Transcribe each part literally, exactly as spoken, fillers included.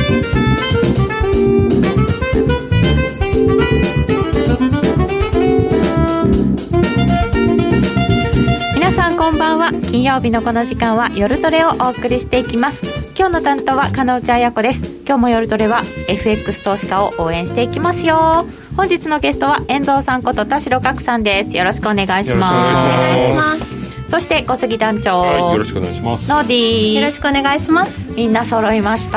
皆さんこんばんは。金曜日のこの時間は夜トレをお送りしていきます。今日の担当は金内彩子です。今日も夜トレは エフエックス 投資家を応援していきますよ。本日のゲストは遠藤さんこと田代岳さんです。よろしくお願いします。 よろしくお願いします。 そして小杉団長、 はい、よろしくお願いします。 ノーディー、 よろしくお願いします。 みんな揃いました。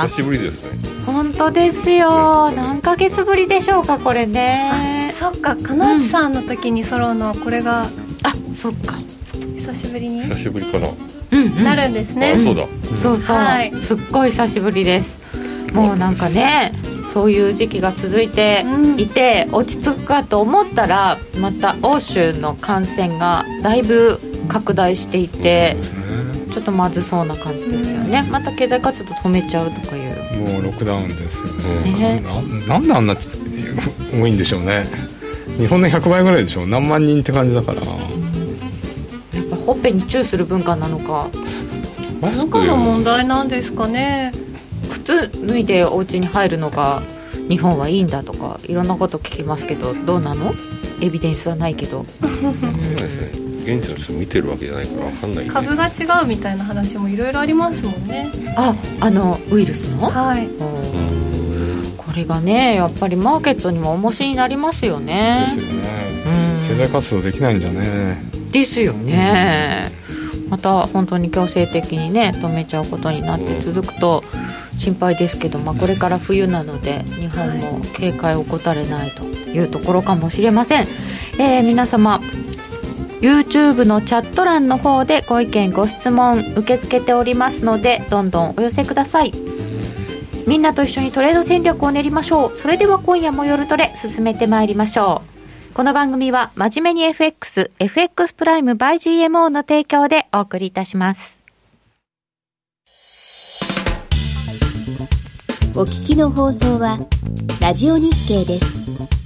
久しぶりですね。 本当ですよ。何ヶ月ぶりでしょうかこれね。 あ、そっか、金内さんの時に揃うのはこれが、 うん、あ、そっか、 久しぶりに久しぶりかな、 うんうん、 なるんですね。 あ、そうだ、 うん、そうそう、はい、すっごい久しぶりです。もうなんかね、そういう時期が続いていて、うん、落ち着くかと思ったらまた欧州の感染がだいぶ拡大していて、ちょっとまずそうな感じですよね。また経済活動止めちゃうとかいう、 もうロックダウンですよね、 ね。 な, なんであんな多いんでしょうね。日本のひゃくばいぐらいでしょ。何万人って感じだから、 やっぱほっぺにチューする文化なのか、 文化の問題なんですかね。 靴脱いでお家に入るのが日本はいいんだとかいろんなこと聞きますけど、どうなの？エビデンスはないけどそうですね。現地の人見てるわけじゃないから分かんない、ね、 株が違うみたいな話もいろいろありますもんね。 あ、あのウイルスの、 はい、 これがね、やっぱりマーケットにも重しになりますよね。 ですよね、うん、経済活動できないんじゃねですよね。また本当に強制的にね止めちゃうことになって続くと心配ですけど、まあ、これから冬なので日本も警戒を怠れないというところかもしれません。えー、皆様 YouTube のチャット欄の方でご意見ご質問受け付けておりますので、どんどんお寄せください。みんなと一緒にトレード戦略を練りましょう。それでは今夜も夜トレ進めてまいりましょう。この番組は真面目に エフエックス、エフエックス プライム by ジーエムオー の提供でお送りいたします。 お聞きの放送はラジオ日経です。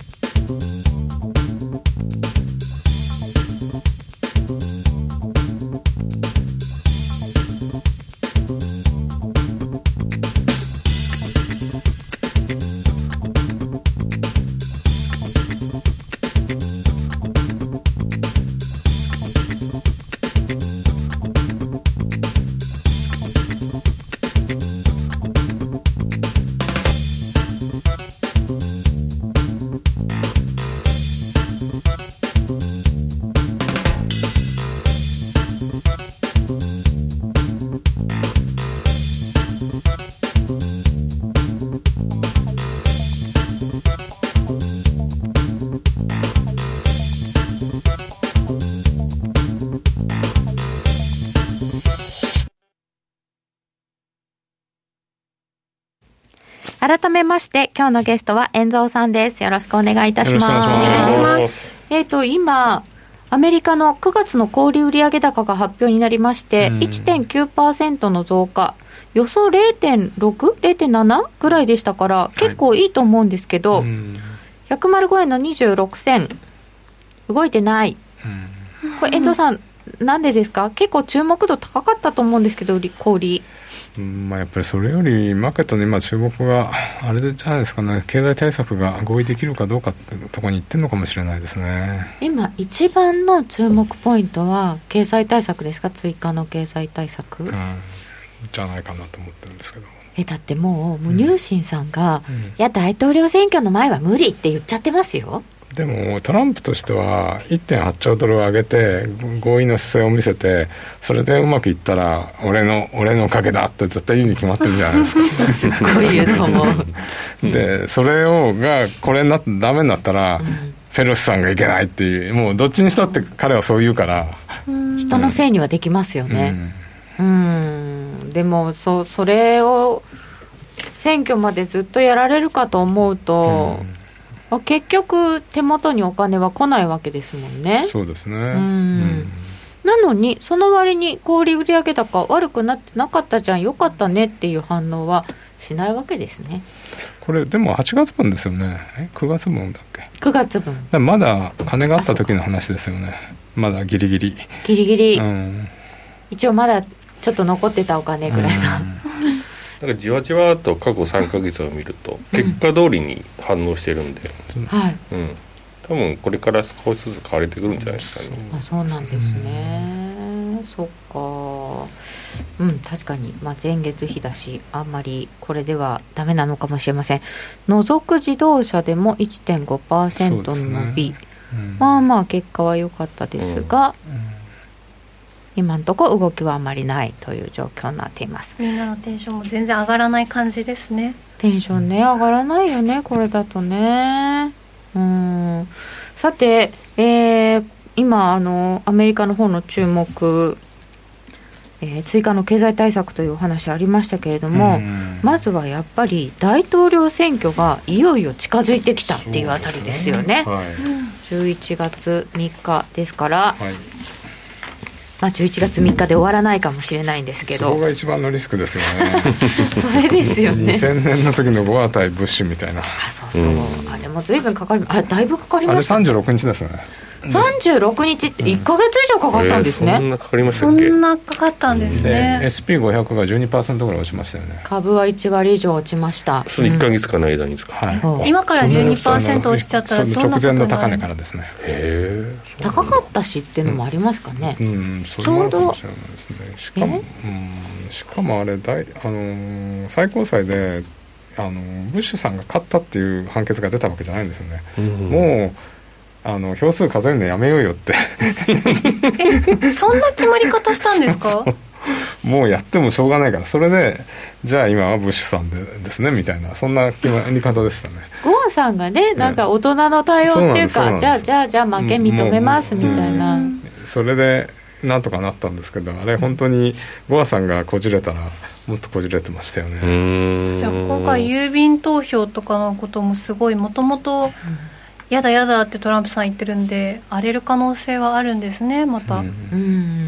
改めまして今日のゲストは遠藤さんです。よろしくお願いいたします。 よろしくお願いします。 えーと今アメリカのくがつの小売売上高が発表になりまして、うん、いってんきゅうパーセント の増加、予想 ゼロてんろく、ゼロてんなな ぐらいでしたから結構いいと思うんですけど、はい、ひゃくごえんのにじゅうろくせん動いてない、うん、これ遠藤さんなんでですか？結構注目度高かったと思うんですけど、小売、 うんまあ、やっぱりそれよりマーケットの今注目があれじゃないですかね。経済対策が合意できるかどうかってところに行ってるのかもしれないですね。 今一番の注目ポイントは経済対策ですか？追加の経済対策、うん、 じゃないかなと思ってるんですけど、 えだってもうムニューシンさんが、うん、いや大統領選挙の前は無理って言っちゃってますよ。 でもトランプとしては いってんはちちょうドルを上げて合意の姿勢を見せて、それでうまくいったら俺の俺のおかげだって絶対言うに決まってるじゃないですかすっごい言うと思うでそれをがこれなダメになったら、うん、フェロシさんがいけないっていう、もうどっちにしたって彼はそう言うから、 うん、人のせいにはできますよね。うん、うんでも そ, それを選挙までずっとやられるかと思うと、うん結局手元にお金は来ないわけですもんね。 そうですね。うん、 うん、なのにその割に小売売上高悪くなってなかったじゃん、よかったねっていう反応はしないわけですね。 これでもはちがつぶんですよね。えくがつぶんだっけ？ くがつぶんだまだ金があった時の話ですよね。まだギリギリギリギリ、 うん、 一応まだちょっと残ってたお金ぐらいな、 だなんかじわじわと過去さんかげつを見ると結果通りに反応してるんで、 うんはいうん、多分これから少しずつ変われてくるんじゃないですかね。 あそうなんですね、うん、そっかうん確かに、まあ、前月比だしあんまりこれではダメなのかもしれません。除く自動車でも いってんごパーセント の伸び、ねうん、まあまあ結果は良かったですが、うんうん今のところ動きはあまりないという状況になっています。 みんなのテンションも全然上がらない感じですね。 テンションね上がらないよねこれだとね。うんさて、えー、今あのアメリカの方の注目、えー、追加の経済対策というお話ありましたけれども、まずはやっぱり大統領選挙がいよいよ近づいてきたっていうあたりですよね。はい、じゅういちがつみっかですから、はいまあ、じゅういちがつみっかで終わらないかもしれないんですけどそこが一番のリスクですよねそれですよねにせんねんの時のゴア対ブッシュみたいなあそうそう、うん、あれも随分かかりあれだいぶかかりました、ね、 あれさんじゅうろくにちですねさんじゅうろくにちっていっかげつ以上かかったんですね、 うんえー、そんなかかりましたっけ。 そんなかかったんですね、 エスピーごひゃく が じゅうにパーセント ぐらい落ちましたよね。 株はいちわり以上落ちました。 そのいっかげつかの間にですか、 うんはい、 今から じゅうにパーセント 落ちちゃったらどんなことになる。 直前の高値からですね。 へ高かったしっていうのもありますかね、 うん、うん、それもあるかもしれないですね。しかも、うん、しかもあれ大、あのー、最高裁であのブッシュさんが勝ったっていう判決が出たわけじゃないんですよね、うん、もうあの票数数えるのやめようよってえそんな決まり方したんですかそうそうもうやってもしょうがないからそれでじゃあ今はブッシュさんでですねみたいなそんな決まり方でしたね。 ゴアさんがねなんか大人の対応っていうか、ね、じゃあじゃあじゃあ負け認めますみたいなそれでなんとかなったんですけどあれ本当にゴアさんがこじれたらもっとこじれてましたよね。うーんじゃあ今回郵便投票とかのこともすごいもともとやだやだってトランプさん言ってるんで荒れる可能性はあるんですねまた、うんうん、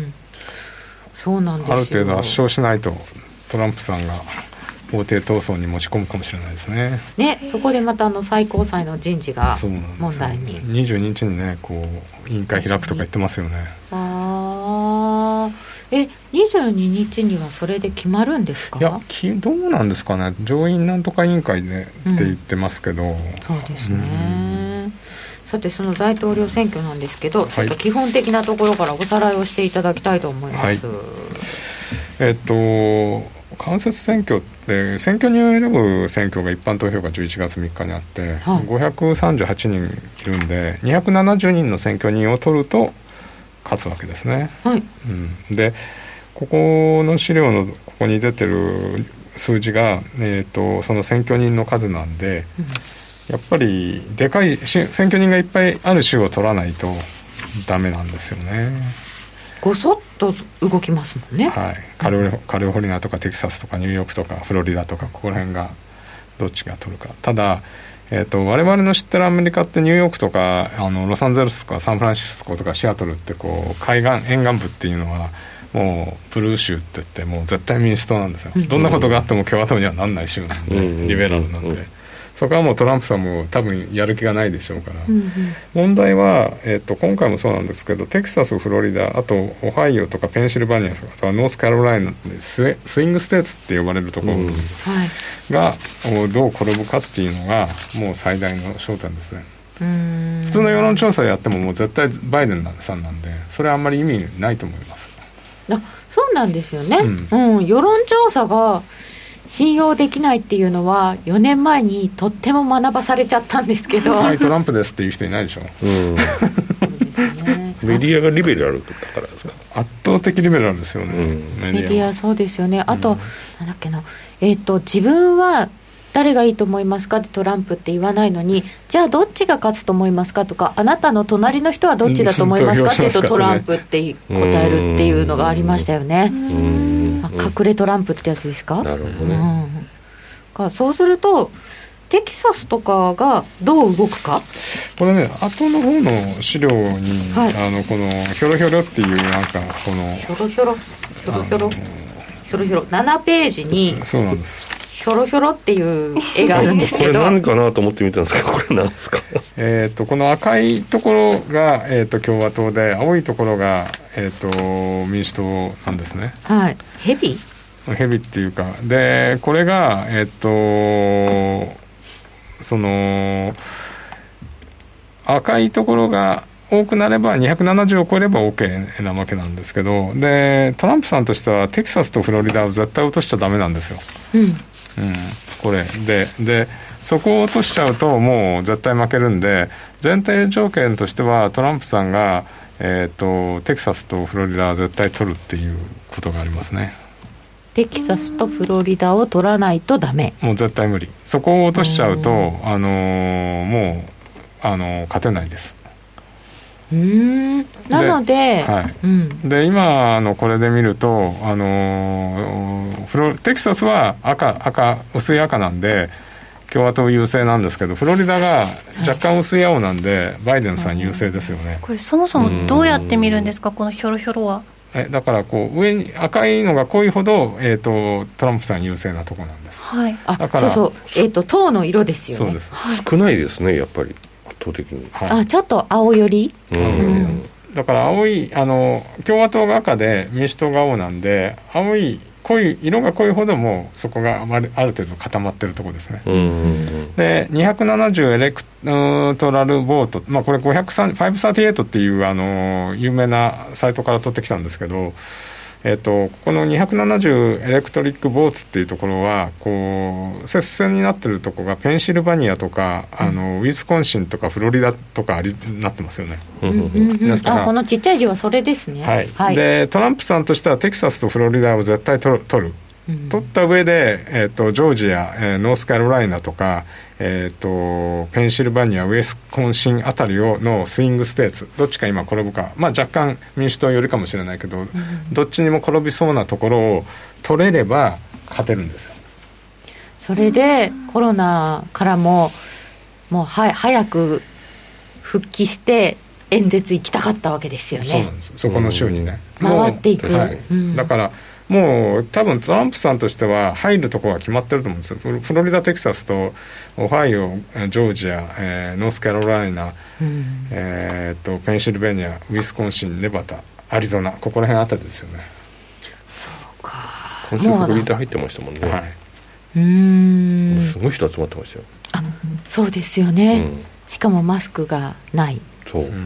そうなんですよ。 ある程度圧勝しないとトランプさんが法廷闘争に持ち込むかもしれないですね。 ねそこでまたあの最高裁の人事が問題ににじゅうににちにねこう委員会開くとか言ってますよね。 あえにじゅうににちにはそれで決まるんですか。 いやどうなんですかね上院なんとか委員会でって言ってますけど、うん、 そうですね、うん、さてその大統領選挙なんですけど、はい、ちょっと基本的なところからおさらいをしていただきたいと思います、はい、 えっと間接選挙って選挙人を選ぶ選挙が一般投票がじゅういちがつみっかにあって、はい、ごひゃくさんじゅうはちにんいるんでにひゃくななじゅうにんの選挙人を取ると勝つわけですね、はいうん、でここの資料のここに出てる数字が、えーと、その選挙人の数なんで、うん、やっぱりでかい選挙人がいっぱいある州を取らないとダメなんですよね。 ごそっと動きますもんね、 はい、カリフォ、カリフォルニアとかテキサスとかニューヨークとかフロリダとかここら辺がどっちが取るか。ただ、えーと、我々の知ってるアメリカってニューヨークとかあのロサンゼルスとかサンフランシスコとかシアトルってこう海岸沿岸部っていうのはもうブルー州って言ってもう絶対民主党なんですよ、うん、どんなことがあっても共和党にはなんない州なんで、うん、リベラルなんで、うんそこはもうトランプさんも多分やる気がないでしょうから、うんうん、問題は、えーと、今回もそうなんですけどテキサス、フロリダあとオハイオとかペンシルバニアとかあとはノースカロライナでス、スイングステーツって呼ばれるところが、うん、どう転ぶかっていうのがもう最大の焦点ですね。うーん普通の世論調査やってももう絶対バイデンさんなんでそれはあんまり意味ないと思います。 あそうなんですよね、うんうん、世論調査が信用できないっていうのはよねんまえにとっても学ばされちゃったんですけどはいトランプですっていう人いないでしょ、うん、 メディアがリベラルだからですか。 圧倒的リベラルですよね、うん、 メディアそうですよね。あと、うん、なんだっけな、えーと、自分は誰がいいと思いますかってトランプって言わないのにじゃあどっちが勝つと思いますかとかあなたの隣の人はどっちだと思いますかって言うとトランプって答えるっていうのがありましたよね。隠れトランプってやつですか。 なるほどね、 うん、そうするとテキサスとかがどう動くかこれね後の方の資料に、はい、あのこのヒョロヒョロっていうなんかこのヒョロヒョロヒョロヒョロヒョロヒョロななページにそうなんですヒョロヒョロっていう絵があるんですけどこれ何かなと思って見たんですけどこれ何ですかえとこの赤いところが、えー、と共和党で青いところが、えー、と民主党なんですね。 はいヘビヘビっていうかでこれがえっとその赤いところが多くなればにひゃくななじゅうを超えれば OK なわけなんですけどでトランプさんとしてはテキサスとフロリダを絶対落としちゃダメなんですよ、うんうん、これででそこを落としちゃうともう絶対負けるんで前提条件としてはトランプさんが、えー、とテキサスとフロリダは絶対取るっていうことがありますね。 テキサスとフロリダを取らないとダメ。 もう絶対無理。そこを落としちゃうと、あのー、もう、あのー、勝てないです。 うーんなので、 はいうん、 で今のこれで見ると、あのー、フロテキサスは赤赤薄い赤なんで共和党優勢なんですけどフロリダが若干薄い青なんで、はい、バイデンさん優勢ですよね。 これそもそもどうやって見るんですかこのヒョロヒョロは。 えだからこう上に赤いのが濃いほど、えー、とトランプさん優勢なとこなんです、 はい、 あだからそうそう、えー、と糖の色ですよね。 そうです、 はい、少ないですねやっぱり圧倒的に、 はい、あちょっと青寄り、 うんうん、 だから青いあの共和党が赤で民主党が青なんで青い濃い色が濃いほどもうそこがある程度固まってるところですね、うんうんうん、でにひゃくななじゅうエレクトラルボート、まあ、これごひゃくさんじゅうはちっていうあの有名なサイトから取ってきたんですけど、えー、とここのにひゃくななじゅうエレクトリックボーツっていうところはこう接戦になってるところがペンシルバニアとか、うん、あのウィスコンシンとかフロリダとかありなってますよね、 うんうんうん、あこのちっちゃい字はそれですね、 はいはい、 でトランプさんとしてはテキサスとフロリダを絶対取る、取るうん、取った上で、えー、とジョージア、えー、ノースカロライナとか、えー、とペンシルバニアウィスコンシンあたりをのスイングステーツどっちか今転ぶか、まあ、若干民主党よりかもしれないけど、うん、どっちにも転びそうなところを取れれば勝てるんですよ。 それでコロナからももうは早く復帰して演説行きたかったわけですよね。 そうなんです。そこの州にね、 うん、回っていく、 はいうん、だからもう多分トランプさんとしては入るところが決まってると思うんですよ。フロリダテキサスとオハイオジョージア、えー、ノースカロライナ、うんえー、とペンシルベニアウィスコンシンネバダアリゾナここら辺あたりですよね。 そうか今週フロリダ入ってましたもんね、はい、 うーんすごい人集まってましたよ。 あそうですよね、うん、しかもマスクがないそう、うん、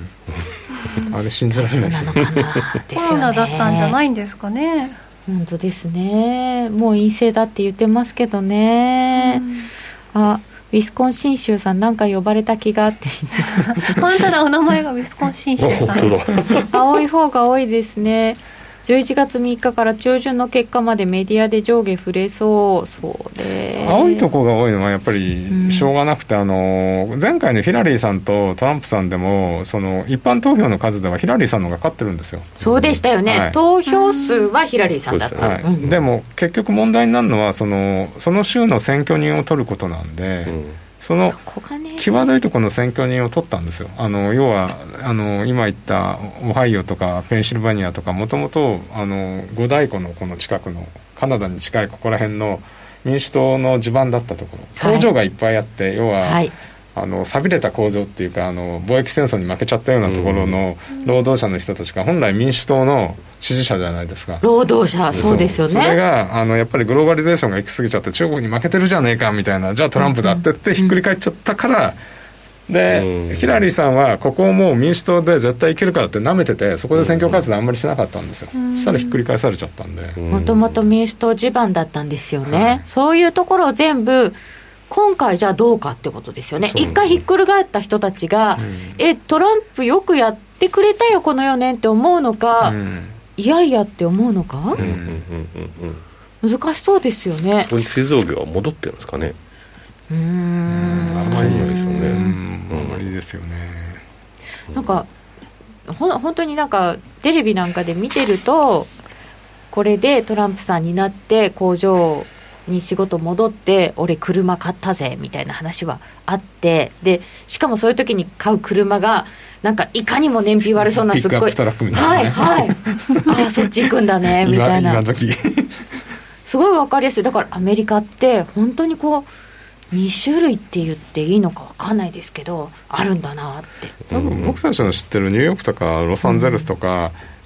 あれ信じられないですよねコロナだったんじゃないんですかね。 本当ですね。もう陰性だって言ってますけどね、うん、あウィスコンシン州さんなんか呼ばれた気があって本当だお名前がウィスコンシン州さん青い方が多いですね。じゅういちがつみっかから中旬の結果までメディアで上下触れそうそうで青いとこが多いのはやっぱりしょうがなくて、うん、あの前回のヒラリーさんとトランプさんでもその一般投票の数ではヒラリーさんの方が勝ってるんですよ。 そうでしたよね、はい、投票数はヒラリーさんだった、 はいうん、でも結局問題になるのはその、その州の選挙人を取ることなんで、うんその際どいところの選挙人を取ったんですよ。あの要はあの今言ったオハイオとかペンシルバニアとかもともと五大湖のこの近くのカナダに近いここら辺の民主党の地盤だったところ、工場がいっぱいあって、はい、要は、はい、あの寂れた工場っていうかあの貿易戦争に負けちゃったようなところの労働者の人たちが本来民主党の支持者じゃないですか。 労働者そうですよね。 それがあのやっぱりグローバリゼーションが行き過ぎちゃって中国に負けてるじゃねえかみたいな、じゃあトランプだってってひっくり返っちゃったから、うん、で、うん、ヒラリーさんはここをもう民主党で絶対いけるからって舐めててそこで選挙活動あんまりしなかったんですよ、うん、そしたらひっくり返されちゃったんで、 もともと民主党地盤だったんですよね、はい、そういうところを全部今回じゃあどうかってことですよね。一回ひっくり返った人たちが、うん、えトランプよくやってくれたよこのよねんって思うのか、うん、いやいやって思うのか、うんうんうんうん、難しそうですよね。 ここに製造業は戻ってるんですかね。 うーんあんまりないでしょうね。 あんまりですよね。 なんかほ本当になんかテレビなんかで見てるとこれでトランプさんになって工場に仕事戻って俺車買ったぜみたいな話はあって、でしかもそういう時に買う車がなんかいかにも燃費悪そうなすっごいピックアップトラックみたいな、ね、 はいはいあそっち行くんだねみたいな今時すごい分かりやすい。だからアメリカって本当にこうに種類って言っていいのか分かんないですけどあるんだなって。 多分僕たちの知ってるニューヨークとかロサンゼルスとか、うん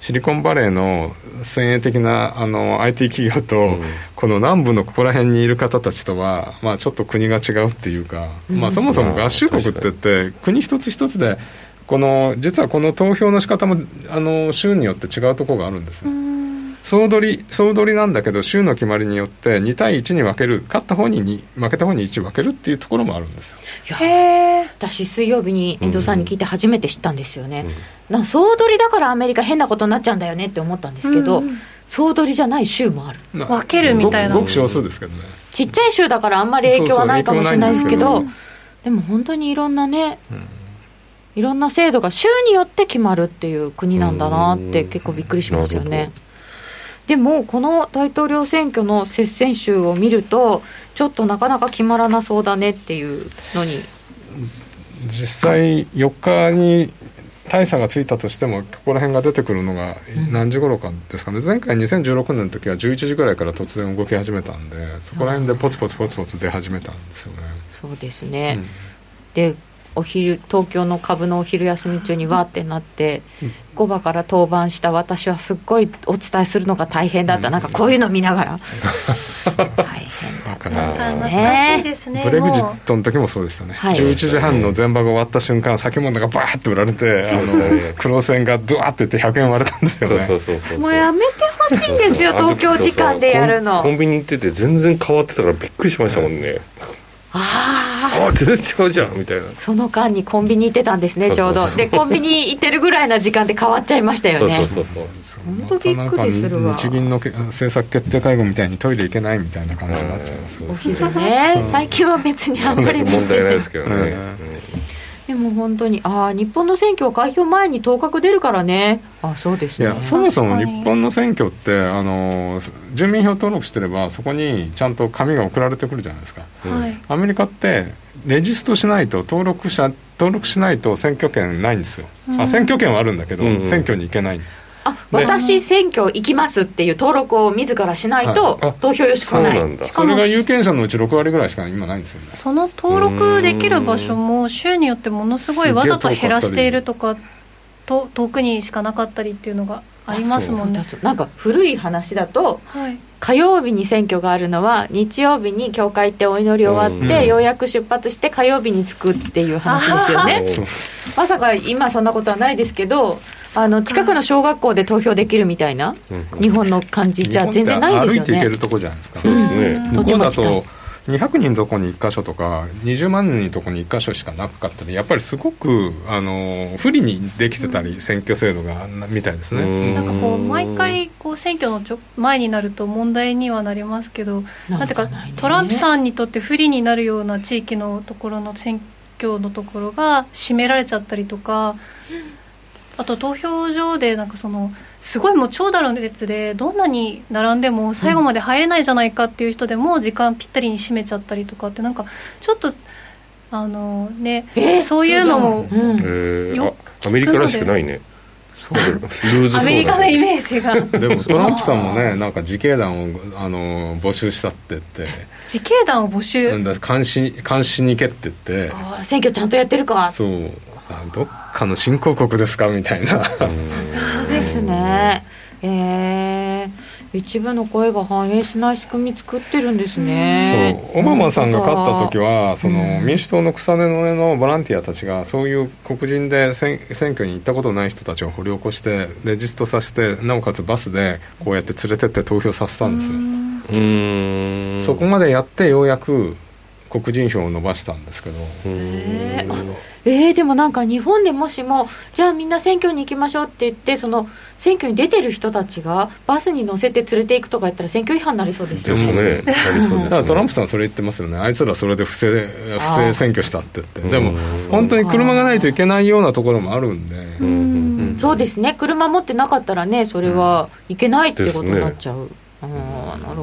シリコンバレーの先鋭的なあの アイティー 企業と、うん、この南部のここら辺にいる方たちとは、まあ、ちょっと国が違うっていうか、うんまあ、そもそも合衆国って言って国一つ一つでこの実はこの投票の仕方もあの州によって違うところがあるんですよ。総取り総取りなんだけど州の決まりによってに対いちに分ける、勝った方にに負けた方にいち分けるっていうところもあるんですよ。 へー、私水曜日に遠藤さんに聞いて初めて知ったんですよね、うん、なんか総取りだからアメリカ変なことになっちゃうんだよねって思ったんですけど、うん、総取りじゃない州もある、 分けるみたいな、 ごく少数ですけどね。 ちっちゃい州だからあんまり影響はないかもしれないですけど、そうそう、でも本当にいろんなね、うん、いろんな制度が州によって決まるっていう国なんだなって結構びっくりしますよね。でもこの大統領選挙の接戦州を見るとちょっとなかなか決まらなそうだねっていうのに、 実際よっかに大差がついたとしてもここら辺が出てくるのが何時頃かですかね、うん、前回にせんじゅうろくねんの時はじゅういちじぐらいから突然動き始めたんで、そこら辺でポツポツポツポツ出始めたんですよね。 そうですね、うん、でお昼東京の株のお昼休み中にわーってなってごばから登板した私はすっごいお伝えするのが大変だった、うん、なんかこういうの見ながら大変だったですね。 ブレグジットの時もそうでしたね、はい、じゅういちじはんの前場が終わった瞬間先物がバーッと売られて、あの黒線がドワーっていってひゃくえん割れたんですよね。 そうそうそうそう、 もうやめてほしいんですよ東京時間でやるの。 コンビニ行ってて全然変わってたからびっくりしましたもんね、 ああ全然違うじゃんみたいな。 その間にコンビニ行ってたんですねちょうど。でコンビニ行ってるぐらいな時間で変わっちゃいましたよね。 そうそうそうそう、 本当びっくりするわ。 日銀の政策決定会合みたいにトイレ行けないみたいな感じになっちゃいます、 お昼ね、うん、最近は別にあんまり問題ないですけどね、うん、 でも本当にあ日本の選挙は開票前に当確出るからね。あそうですね。 いやそもそも日本の選挙ってあの住民票登録してればそこにちゃんと紙が送られてくるじゃないですか、はい、アメリカってレジストしないと登録者登録しないと選挙権ないんですよ、うん、あ選挙権はあるんだけど、うんうん、選挙に行けない。 あ私選挙行きますっていう登録を自らしないと、はい、投票よしくはない。そうなんだ。 しかもそれが有権者のうちろくわりぐらいしか今ないんですよね。 その登録できる場所も州によってものすごいわざと減らしているとかと遠くにしかなかったりっていうのがありますもんね。 なんか古い話だと、はい、火曜日に選挙があるのは日曜日に教会行ってお祈り終わって、うん、ようやく出発して火曜日に着くっていう話ですよね。まさか今そんなことはないですけど、あの近くの小学校で投票できるみたいな、うん、日本の感じじゃ全然ないんですよね。 歩いて行けるとこじゃないですか、 そうですね、 向こうだとにひゃくにんのとこにいっかしょとかにじゅうまんにんのとこにいっかしょしかなかったり、やっぱりすごくあの不利にできてたり、うん、選挙制度がみたいですね。 なんかこう毎回こう選挙のちょ前になると問題にはなりますけど、なんていうかトランプさんにとって不利になるような地域のところの選挙のところが占められちゃったりとか、あと投票所でなんかそのすごいもう長蛇の列でどんなに並んでも最後まで入れないじゃないかっていう人でも時間ぴったりに占めちゃったりとかって、なんかちょっとあのね、えー、そういうのも、うん、 えー、アメリカらしくないね。そうルーズそうだね、 アメリカのイメージがでもトランプさんもね、なんか自警団をあの募集したって言って、 自警団を募集、 うん、だ監視監視に行けって言って、 あ選挙ちゃんとやってるか、 そうあどっかの新興国ですかみたいなそうですね、えー、一部の声が反映しない仕組み作ってるんですね。 そうオバマさんが勝った時はその民主党の草の根のボランティアたちがそういう黒人で選挙に行ったことない人たちを掘り起こしてレジストさせて、なおかつバスでこうやって連れてって投票させたんですよ。うーんそこまでやってようやく黒人票を伸ばしたんですけど、 えーえー、でもなんか日本でもしもじゃあみんな選挙に行きましょうって言ってその選挙に出てる人たちがバスに乗せて連れていくとか言ったら選挙違反になりそうですよね。 ですね。なりそうですね。 だからトランプさんそれ言ってますよね。あいつらそれで不正不正選挙したって言って。でも本当に車がないといけないようなところもあるんで。 うんうん、そうですね。車持ってなかったらねそれはいけないってことになっちゃう。あなる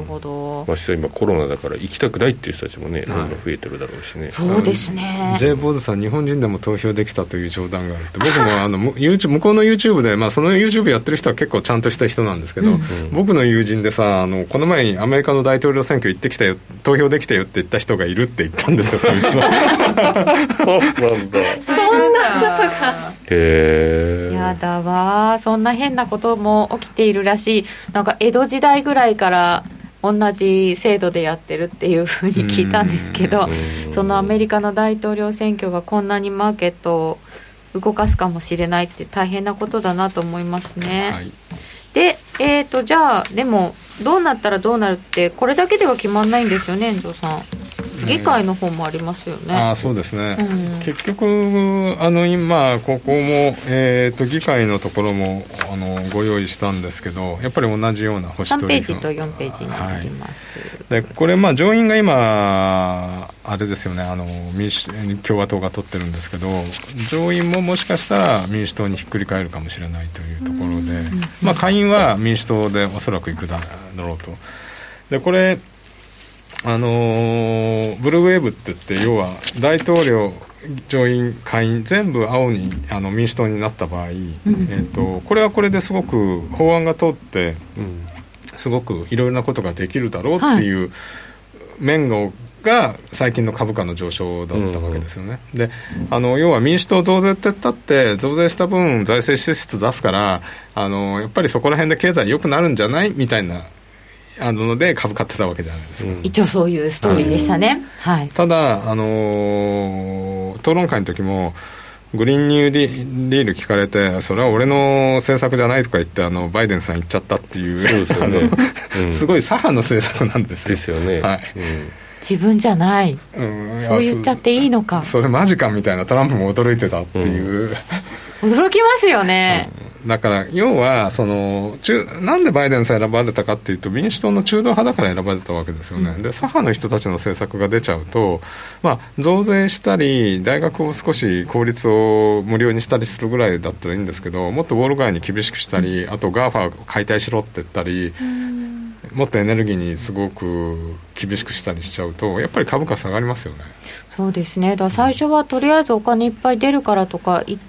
ほど、 まして今コロナだから行きたくないっていう人たちもね、どんどん増えてるだろうしね。 そうですね。 J 坊主さん日本人でも投票できたという冗談があるって、僕もあのYouTube 向こうの YouTube で、まあ、その YouTube やってる人は結構ちゃんとした人なんですけど、うん、僕の友人でさ、あのこの前にアメリカの大統領選挙行ってきたよ、投票できたよって言った人がいるって言ったんですよ、そいつは。 そうなんだ。 そんなことが。 へー、 やだわ、そんな変なことも起きているらしい。なんか江戸時代ぐらいから同じ制度でやってるっていうふうに聞いたんですけど、そのアメリカの大統領選挙がこんなにマーケットを動かすかもしれないって大変なことだなと思いますね、はい。で、えーと、じゃあでもどうなったらどうなるってこれだけでは決まんないんですよね、遠藤さん。議会の方もありますよね。 あ、そうですね、うん、結局あの今ここも、えー、と議会のところもあのご用意したんですけど、やっぱり同じような保守党さんページとよんページになります、 はい、でこれ、まあ、上院が今あれですよね、あの民主共和党が取ってるんですけど、上院ももしかしたら民主党にひっくり返るかもしれないというところで、まあ、下院は民主党でおそらくいくだろうと。でこれあのー、ブルーウェーブって言って、要は大統領上院下院全部青にあの民主党になった場合、うん、えーと、これはこれですごく法案が通って、うん、すごくいろいろなことができるだろうっていう面が最近の株価の上昇だったわけですよね、うんうん、であの要は民主党増税って言ったって増税した分財政支出出すから、あのやっぱりそこら辺で経済良くなるんじゃないみたいなあので株買ってたわけじゃないですか、うん、 一応そういうストーリーでしたね、はいはい、 ただ、あのー、討論会の時もグリーンニューディール聞かれて、それは俺の政策じゃないとか言ってあのバイデンさん言っちゃったっていう、そうですよね、うん、すごい左派の政策なんですよ。 ですよね、 はい、 うん、 自分じゃない、 うん、 そう言っちゃっていいのか、 それマジかみたいな、トランプも驚いてたっていう、 うん、驚きますよね、 うん、だから要はその中なんでバイデンさん選ばれたかっていうと、民主党の中道派だから選ばれたわけですよね、うん、で左派の人たちの政策が出ちゃうと、まあ、増税したり大学を少し公立を無料にしたりするぐらいだったらいいんですけど、もっとウォール街に厳しくしたり、あと ガーファ 解体しろって言ったり、うん、もっとエネルギーにすごく厳しくしたりしちゃうと、やっぱり株価下がりますよね。 そうですね、だから最初はとりあえずお金いっぱい出るからとか言って、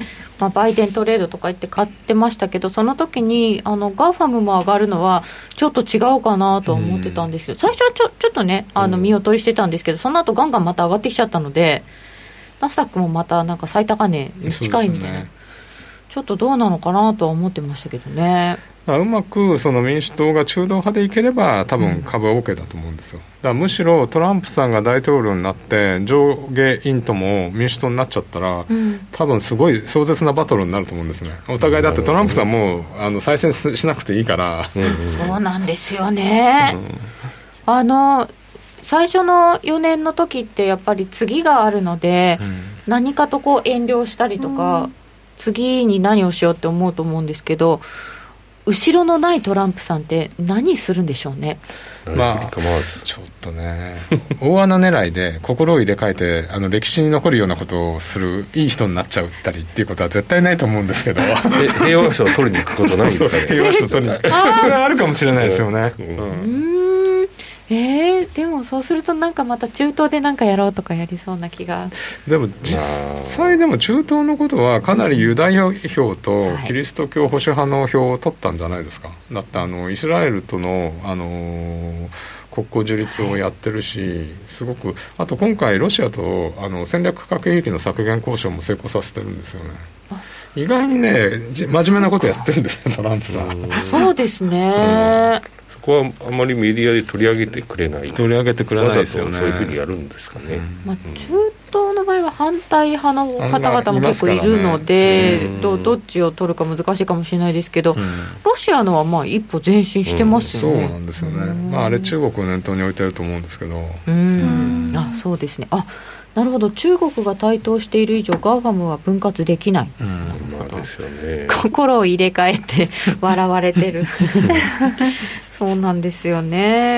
まあ、バイデントレードとか言って買ってましたけど、その時にあのガーファムも上がるのはちょっと違うかなと思ってたんですけど、最初はちょ、ちょっとねあの見劣りしてたんですけど、その後ガンガンまた上がってきちゃったので、ナスダックもまたなんか最高値に近いみたいな、ね、ちょっとどうなのかなとは思ってましたけどね。 うまくその民主党が中道派でいければ多分株は OK だと思うんですよ。だからむしろトランプさんが大統領になって上下院とも民主党になっちゃったら、うん、多分すごい壮絶なバトルになると思うんですね。お互いだってトランプさんもあの再選しなくていいから、うん、 そうなんですよね、うん、あの最初のよねんの時ってやっぱり次があるので、うん、何かとこう遠慮したりとか、うん、次に何をしようって思うと思うんですけど、後ろのないトランプさんって何するんでしょうね。 まあ、ちょっとね大穴狙いで心を入れ替えてあの歴史に残るようなことをするいい人になっちゃったりっていうことは絶対ないと思うんですけど平和賞を取りに行くことないんですかね。そうそう、 平和賞を取りに行くそれはあるかもしれないですよね、うんうんうんえー、でもそうするとなんかまた中東でなんかやろうとかやりそうな気が。 でも実際でも中東のことはかなりユダヤ票とキリスト教保守派の票を取ったんじゃないですか。だってあのイスラエルとの、あのー、国交樹立をやってるし、すごくあと今回ロシアとあの戦略核兵器の削減交渉も成功させてるんですよね。意外にね真面目なことやってるんですよトランプさん。 そうですね、うんここはあまりメディアで取り上げてくれない取り上げてくれないですよね。 わざとそういうふうにやるんですかね、うんまあ、中東の場合は反対派の方々も結構いるので、ね、ど, どっちを取るか難しいかもしれないですけど、うん、ロシアのはまあ一歩前進してますよね、 うん、そうなんですよね、うんまあ、あれ中国を念頭に置いてると思うんですけどうん、うん、あそうですね。あなるほど、中国が台頭している以上ガーファムは分割できない、うんまあですよね、 心を入れ替えて笑われてるそうなんですよね。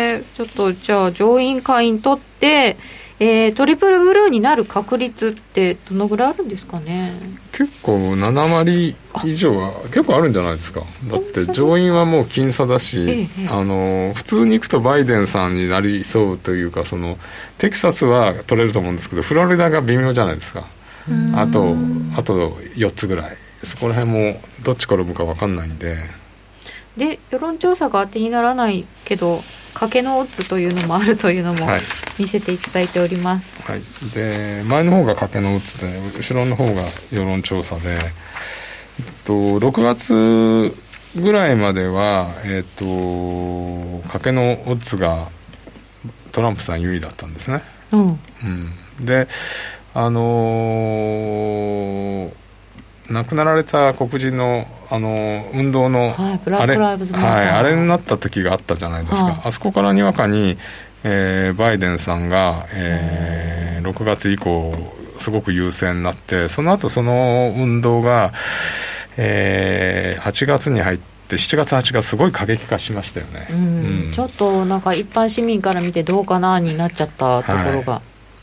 ね。ちょっとじゃあ上院下院取って、えー、トリプルブルーになる確率ってどのぐらいあるんですかね。 結構なな割以上は結構あるんじゃないですか。だって上院はもう僅差だし、ええ、あの普通に行くとバイデンさんになりそうというか、そのテキサスは取れると思うんですけど、フロリダが微妙じゃないですか。あとあとよっつぐらい、そこら辺もどっち転ぶか分かんないんで。 で世論調査が当てにならないけど賭けのオッズというのもあるというのも見せていただいております、 はい、で前の方が賭けのオッズで後ろの方が世論調査で、えっと、ろくがつぐらいまでは、えっと、賭けのオッズがトランプさん優位だったんですね、うんうん、であのー亡くなられた黒人の、あの運動の、はい、ブラックライブズマター、はい、あれになった時があったじゃないですか、はい、あそこからにわかに、えー、バイデンさんが、えー、ろくがつ以降すごく優勢になって、その後その運動が、えー、はちがつに入ってしちがつはちがつすごい過激化しましたよね、 うんうん、ちょっとなんか一般市民から見てどうかなになっちゃったところが、はい、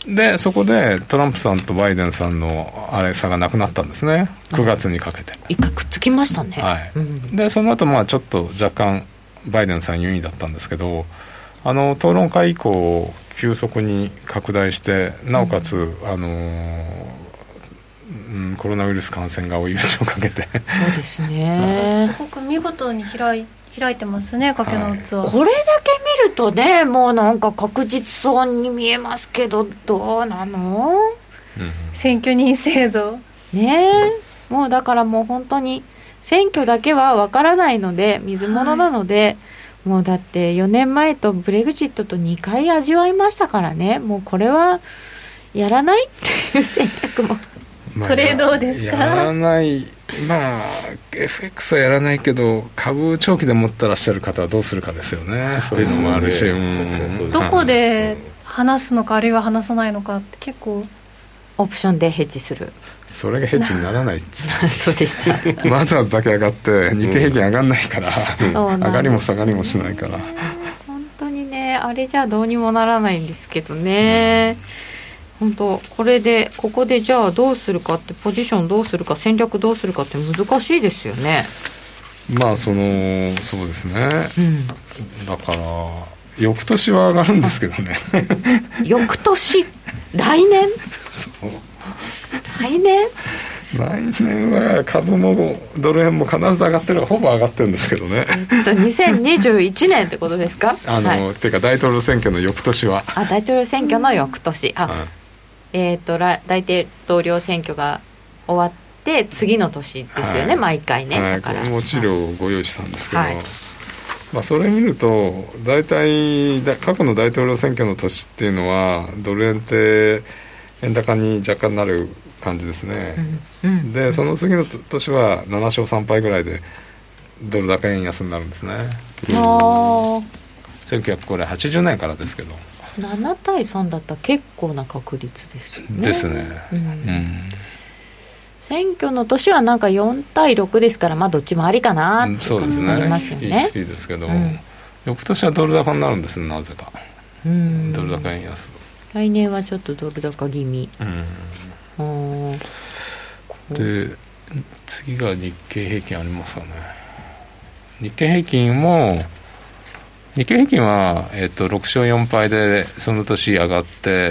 でそこでトランプさんとバイデンさんのあれ差がなくなったんですね、くがつにかけて一回くっつきましたね、 はいうん、でその後まあちょっと若干バイデンさん優位だったんですけど、あの討論会以降急速に拡大して、なおかつ、うんあのうん、コロナウイルス感染が追い打ちをかけてそうですねすごく見事に開い開いてますね、賭けのオッズは、 はい、これだけ見るとね、もうなんか確実そうに見えますけど、どうなの、 うん、選挙人制度ねえ、もうだからもう本当に選挙だけは分からないので水物なので、はい、もうだってよねんまえとブレグジットとにかい味わいましたからね、もうこれはやらないっていう戦略もまあ、トレードですか。 やらない、まあ エフエックス はやらないけど株長期で持ってらっしゃる方はどうするかですよね。そういうのもあるし、うん、 どこで話すのかあるいは話さないのかって結構オプションでヘッジする、 それがヘッジにならないっつそうでしたまずはだけ上がって日経平均上がんないから、うん、上がりも下がりもしないから本当にね、あれじゃどうにもならないんですけどね、うん、本当これでここでじゃあどうするかって、ポジションどうするか戦略どうするかって難しいですよね。 まあそのそうですね、うん、だから翌年は上がるんですけどね翌年来年そう来年来年は株もドル円も必ず上がってる、ほぼ上がってるんですけどね、 えっと、にせんにじゅういちねんってことですかあの、はい、ていうか大統領選挙の翌年はあ大統領選挙の翌年あ、うんえー、と大統領選挙が終わって次の年ですよね、はい、毎回ね、 はい、 だからこれも資料をご用意したんですけど、はいまあ、それ見ると大体過去の大統領選挙の年っていうのはドル円って円高に若干なる感じですね、うんうん、でその次の年はなな勝さん敗ぐらいでドル高円安になるんですね、うん、せんきゅうひゃくはちじゅうねんからですけどななたいさんだったら結構な確率ですよね。 ですね、うんうん、 選挙の年はなんかよんたいろくですから、まあどっちもありかなって感じになりますよね。 きついですけど、うん、翌年はドル高になるんですね、なぜか、うん、ドル高円安。 来年はちょっとドル高気味、 うん、で次が日経平均ありますかね。日経平均も日経平均は、えー、とろく勝よん敗でその年上がって、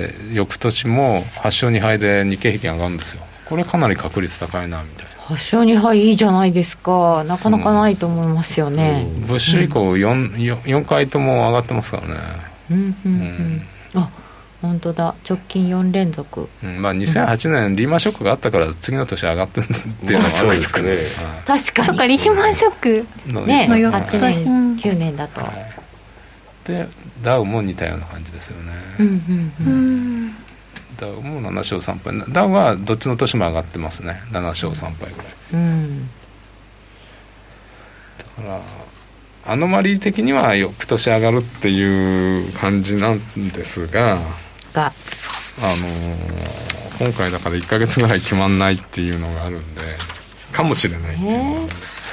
翌年もはち勝に敗で日経平均上がるんですよ。これかなり確率高いなみたいな。 はち勝に敗いいじゃないですか。なかなかないと思いますよね。 ブッシュ以降 4, よん回とも上がってますからね、 うんうんうんうん、あ本当だ、直近よん連続、 うんまあ、にせんはちねん、うん、リーマンショックがあったから次の年上がってるんですっていうのがあるんですけど、ね、 確かにそうか、リーマンショックの、ね、のはちねんきゅうねんだと、はい、 でダウも似たような感じですよね、 うんうんうん、 ダウもなな勝さん敗、ダウはどっちの年も上がってますね、なな勝さん敗ぐらい、うん、だからアノマリー的には翌年上がるっていう感じなんですが、 があのー、今回だからいっかげつぐらい決まんないっていうのがあるんで、かもしれないっていうのがあるんです。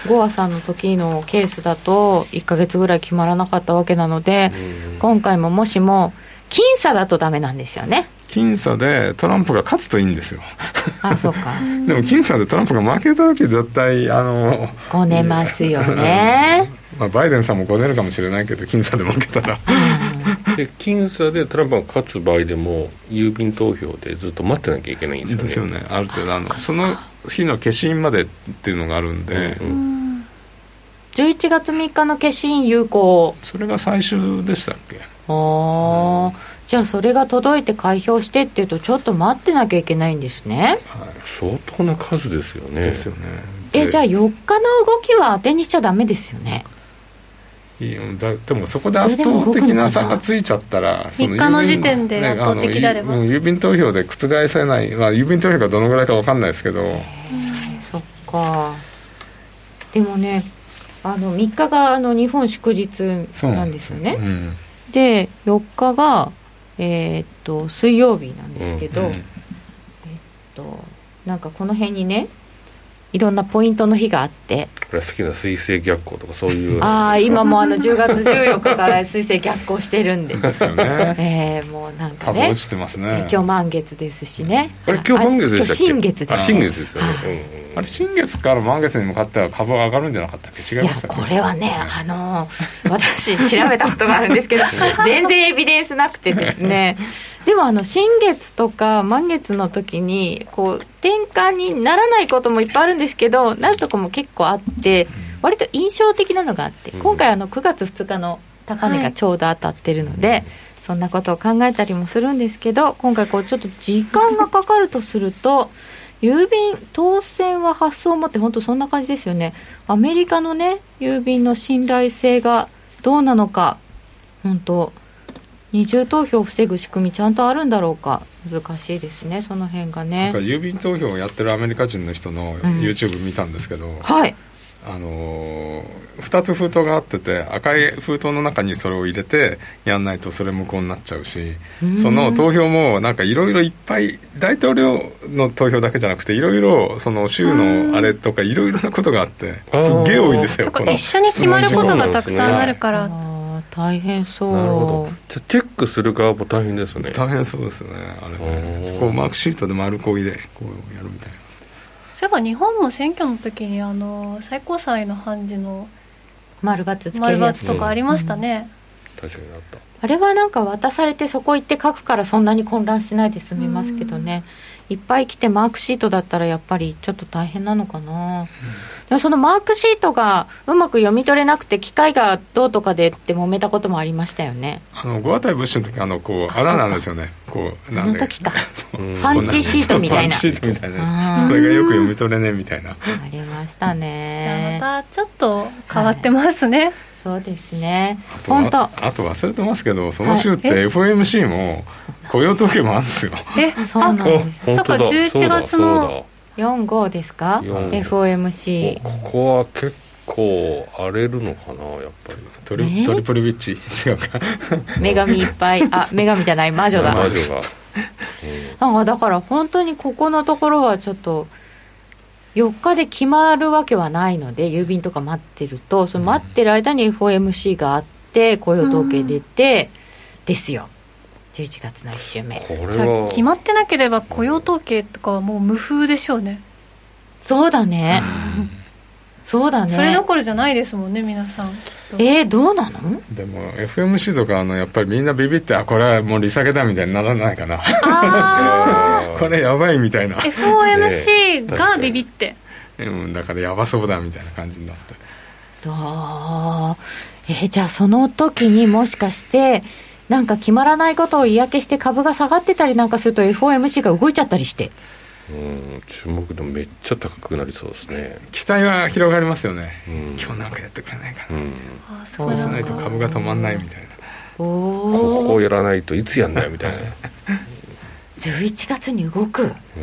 ゴアさんの時のケースだといっかげつぐらい決まらなかったわけなので、今回ももしも僅差だとダメなんですよね。 僅差でトランプが勝つといいんですよ。 あ、そうか。 でも僅差でトランプが負けた時絶対あのごねますよね。 まあ、バイデンさんもごねるかもしれないけど僅差で負けたらで僅差でトランプが勝つ場合でも郵便投票でずっと待ってなきゃいけないんですよね。 ですよね。ある程度あのその日の消印までっていうのがあるんで、うんうん、 じゅういちがつみっかの消印有効、 それが最終でしたっけ。 あ、うん、じゃあそれが届いて開票してっていうとちょっと待ってなきゃいけないんですね、はい、 相当な数ですよね。 ですよね。 え、じゃあよっかの動きは当てにしちゃダメですよね。 いいだでもそこで圧倒的な差がついちゃったらみっかの時点で圧倒的であれば、 ね、郵便投票で覆せない、まあ、郵便投票がどのぐらいか分かんないですけど、 そっか。でもね、あのみっかがあの日本祝日なんですよね。 で,、うん、でよっかが、えー、っと水曜日なんですけど、うんうん、えー、っとなんかこの辺にねいろんなポイントの日があって、 これ好きな水星逆行とかそういうああ今もあのじゅうがつじゅうよっかから水星逆行してるんでですよね、 えー、もうなんか株ね落ちてますね。 今日満月ですしね、 あれ今日満月でしたっけ。 今日新月です。 新月ですよね、 はい、 うんうん、 あれ新月から満月に向かっては株が上がるんじゃなかったっけ。違いましたっけ。 いやこれはね、あのー、私調べたことがあるんですけど全然エビデンスなくてですねでもあの新月とか満月の時にこう転換にならないこともいっぱいあるんですけど、なるとこも結構あって割と印象的なのがあって、今回あのくがつふつかの高値がちょうど当たってるので、はい、そんなことを考えたりもするんですけど、今回こうちょっと時間がかかるとすると郵便当選は発送をもって本当そんな感じですよね。アメリカのね郵便の信頼性がどうなのか、本当二重投票を防ぐ仕組みちゃんとあるんだろうか、難しいですねその辺がね。 なんか郵便投票をやってるアメリカ人の人の YouTube 見たんですけど、うん、 はい、 あのー、ふたつ封筒があってて赤い封筒の中にそれを入れてやんないとそれ無効になっちゃうし、その投票もなんかいろいろいっぱい大統領の投票だけじゃなくていろいろその州のあれとかいろいろなことがあってすっげえ多いんですよ。 そこ一緒に決まることがたくさんあるから、 大変そう。 なるほど。じゃチェックする側も大変ですね。 大変そうですね。あれね、こうマークシートで丸こいでこうやるみたいな。 そういえば日本も選挙の時にあの最高裁の判事の丸×つけるやつ丸×とかありましたね、 うん、確かにあった。 あれはなんか渡されてそこ行って書くからそんなに混乱しないで済みますけどね、いっぱい来てマークシートだったらやっぱりちょっと大変なのかな、うん、でもそのマークシートがうまく読み取れなくて機械がどうとかでって揉めたこともありましたよね。 あのゴア対ブッシュの時あのこう穴なんですよね。こうなんであの時かパンチシートみたいなパンチシートみたいな、それがよく読み取れねえみたいなありましたね。 じゃあまたちょっと変わってますね、はい、 そうですね。 本当。あと忘れてますけどその週って エフオーエムシー も雇用統計もあるんですよ。 え、 そうなんです。 そっかじゅういちがつのよん、ごですか エフオーエムシー。 ここは結構荒れるのかなやっぱり。 トリ、トリプルウィッチ違うか女神いっぱいあ女神じゃない魔女だ魔女が、 うん、なんかだから本当にここのところはちょっとよっかで決まるわけはないので郵便とか待ってるとその待ってる間に エフオーエムシー があって雇用統計出て、うん、ですよじゅういちがつのいっ週目。 これはじゃあ決まってなければ雇用統計とかはもう無風でしょうね。 そうだねそうだね。 それどころじゃないですもんね皆さんきっと。 えー、どうなの。 でも エフオーエムシー とかあのやっぱりみんなビビってあこれはもう利下げだみたいにならないかなあこれやばいみたいなエフオーエムシー がビビって、 うん、だからやばそうだみたいな感じになってどう、えー、じゃあその時にもしかしてなんか決まらないことを嫌気して株が下がってたりなんかすると エフオーエムシー が動いちゃったりして、 うん、注目度めっちゃ高くなりそうですね。 期待は広がりますよね、うん、今日なんかやってくれないかな、うん、 あそうしないと株が止まんないみたいな。 おここをやらないといつやんだよみたいなじゅういちがつに動く、 うん、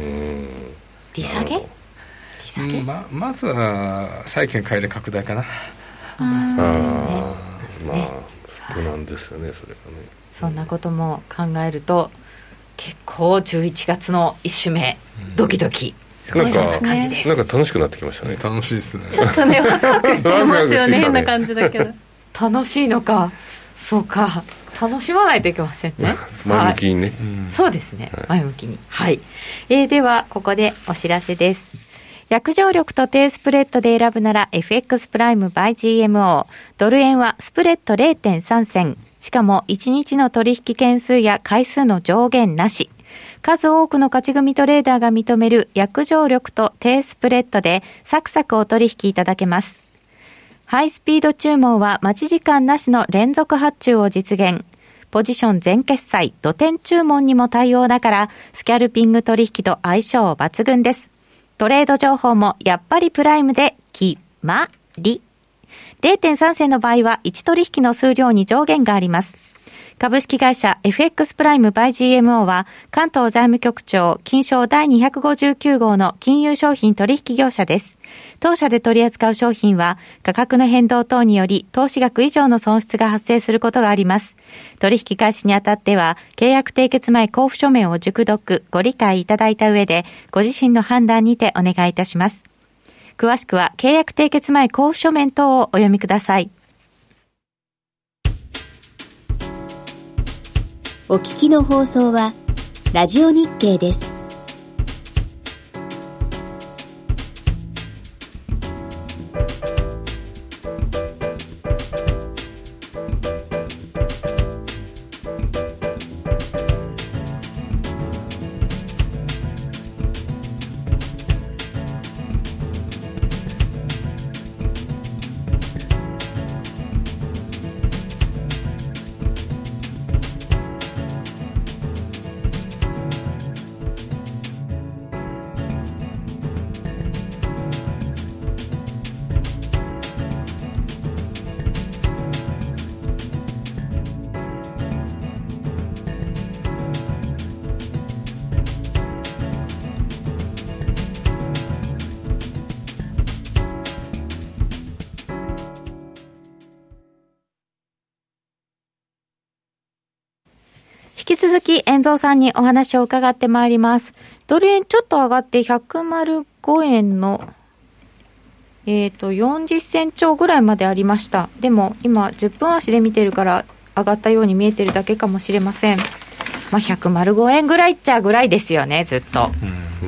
利下げ利下げ、 うん、ま, まずは債券買い入れ拡大かな。 あそうですね。 まあそうなんですよねそれがね。 そんなことも考えると結構じゅういちがつのいっ週目、うん、ドキドキすごいそんな感じです。 なんか楽しくなってきましたね。 楽しいですね。 ちょっとねワクワクしちゃいますよね変な感じだけど楽しいのか、そうか、楽しまないといけませんね前向きにね、 はい、そうですね、はい、前向きに、はい、えー、ではここでお知らせです。約定力と低スプレッドで選ぶなら エフエックス プライム by ジーエムオー、 ドル円はスプレッド れいてんさん 銭、しかもいちにちの取引件数や回数の上限なし、数多くの勝ち組トレーダーが認める約定力と低スプレッドでサクサクお取引いただけます。ハイスピード注文は待ち時間なしの連続発注を実現。ポジション全決済、土点注文にも対応だからスキャルピング取引と相性抜群です。トレード情報もやっぱりプライムで決まり。れいてんさん 銭の場合は、いち取引の数量に上限があります。株式会社 エフエックス プライム by ジーエムオー は、関東財務局長、金商だいにひゃくごじゅうきゅう号の金融商品取引業者です。当社で取り扱う商品は、価格の変動等により、投資額以上の損失が発生することがあります。取引開始にあたっては、契約締結前交付書面を熟読、ご理解いただいた上で、ご自身の判断にてお願いいたします。詳しくは、契約締結前交付書面等をお読みください。 お聞きの放送はラジオ日経です。 引き続き遠蔵さんにお話を伺ってまいります。ドル円ちょっと上がってひゃくごえんのえっとよんじゅっ銭超ぐらいまでありました。でも今じゅっぷん足で見てるから上がったように見えてるだけかもしれません。まあひゃくごえんぐらいっちゃぐらいですよね、ずっと。 うん、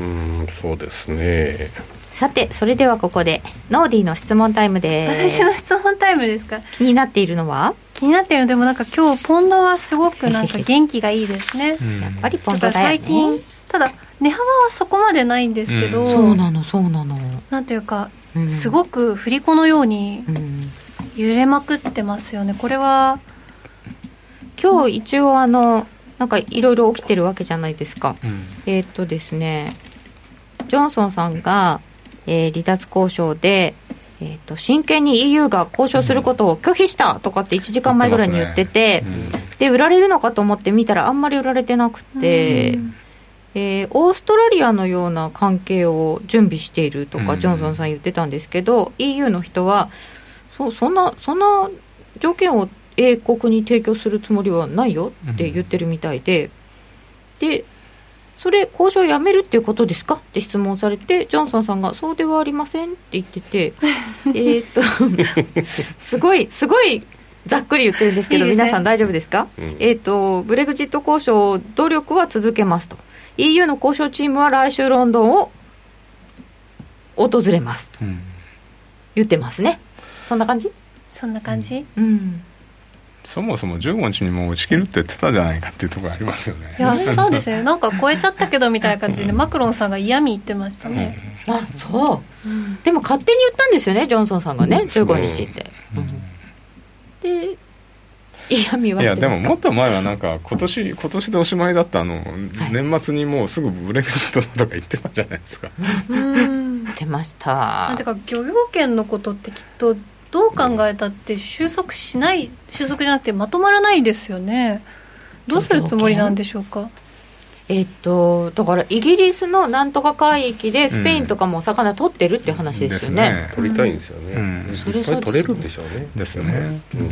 そうですね。 さて、それではここでノーディーの質問タイムです。 私の質問タイムですか。 気になっているのは気になっているのでもなんか今日ポンドはすごくなんか元気がいいですね。 やっぱりポンドだよね。 最近ただ値幅はそこまでないんですけど、 うん、そうなのそうなの。 なんていうか、うん、すごく振り子のように揺れまくってますよね。これは今日一応あのなんかいろいろ起きてるわけじゃないですか。うん、えー、っとですねジョンソンさんが、えー、離脱交渉でえー、と真剣に イーユー が交渉することを拒否したとかっていちじかんまえぐらいに言ってて、うんねうん、で売られるのかと思って見たらあんまり売られてなくて、うんえー、オーストラリアのような関係を準備しているとか、うん、ジョンソンさん言ってたんですけど イーユー の人は そ, そ, んなそんな条件を英国に提供するつもりはないよって言ってるみたいで、うん、でそれ交渉やめるっていうことですかって質問されてジョンソンさんがそうではありませんって言っててえっとすごいすごいざっくり言ってるんですけどいいですね、皆さん大丈夫ですか、うんえー、とブレグジット交渉努力は続けますと イーユー の交渉チームは来週ロンドンを訪れますと、うん、言ってますね。そんな感じそんな感じ、 うん、うんそもそもじゅうごにちにもう打ち切るって言ってたじゃないかっていうところありますよね。 いやそうですねなんか超えちゃったけどみたいな感じでマクロンさんが嫌味言ってましたね、 うん、あそう、うん、でも勝手に言ったんですよねジョンソンさんがね、うん、じゅうごにちって、うん、で嫌味は。 いやでももっと前はなんか今年今年でおしまいだったあの、はい、年末にもうすぐブレグジットとか言ってたじゃないですか。 うん言ってました。 なんていうか漁業権のことってきっとどう考えたって収束しない収束じゃなくてまとまらないですよね。どうするつもりなんでしょうか。 えっとだからイギリスのなんとか海域でスペインとかもお魚取ってるっていう話ですよね、 うん、ですね取りたいんですよね、 うん、 それいっぱい取れるんでしょうねですよね、うん、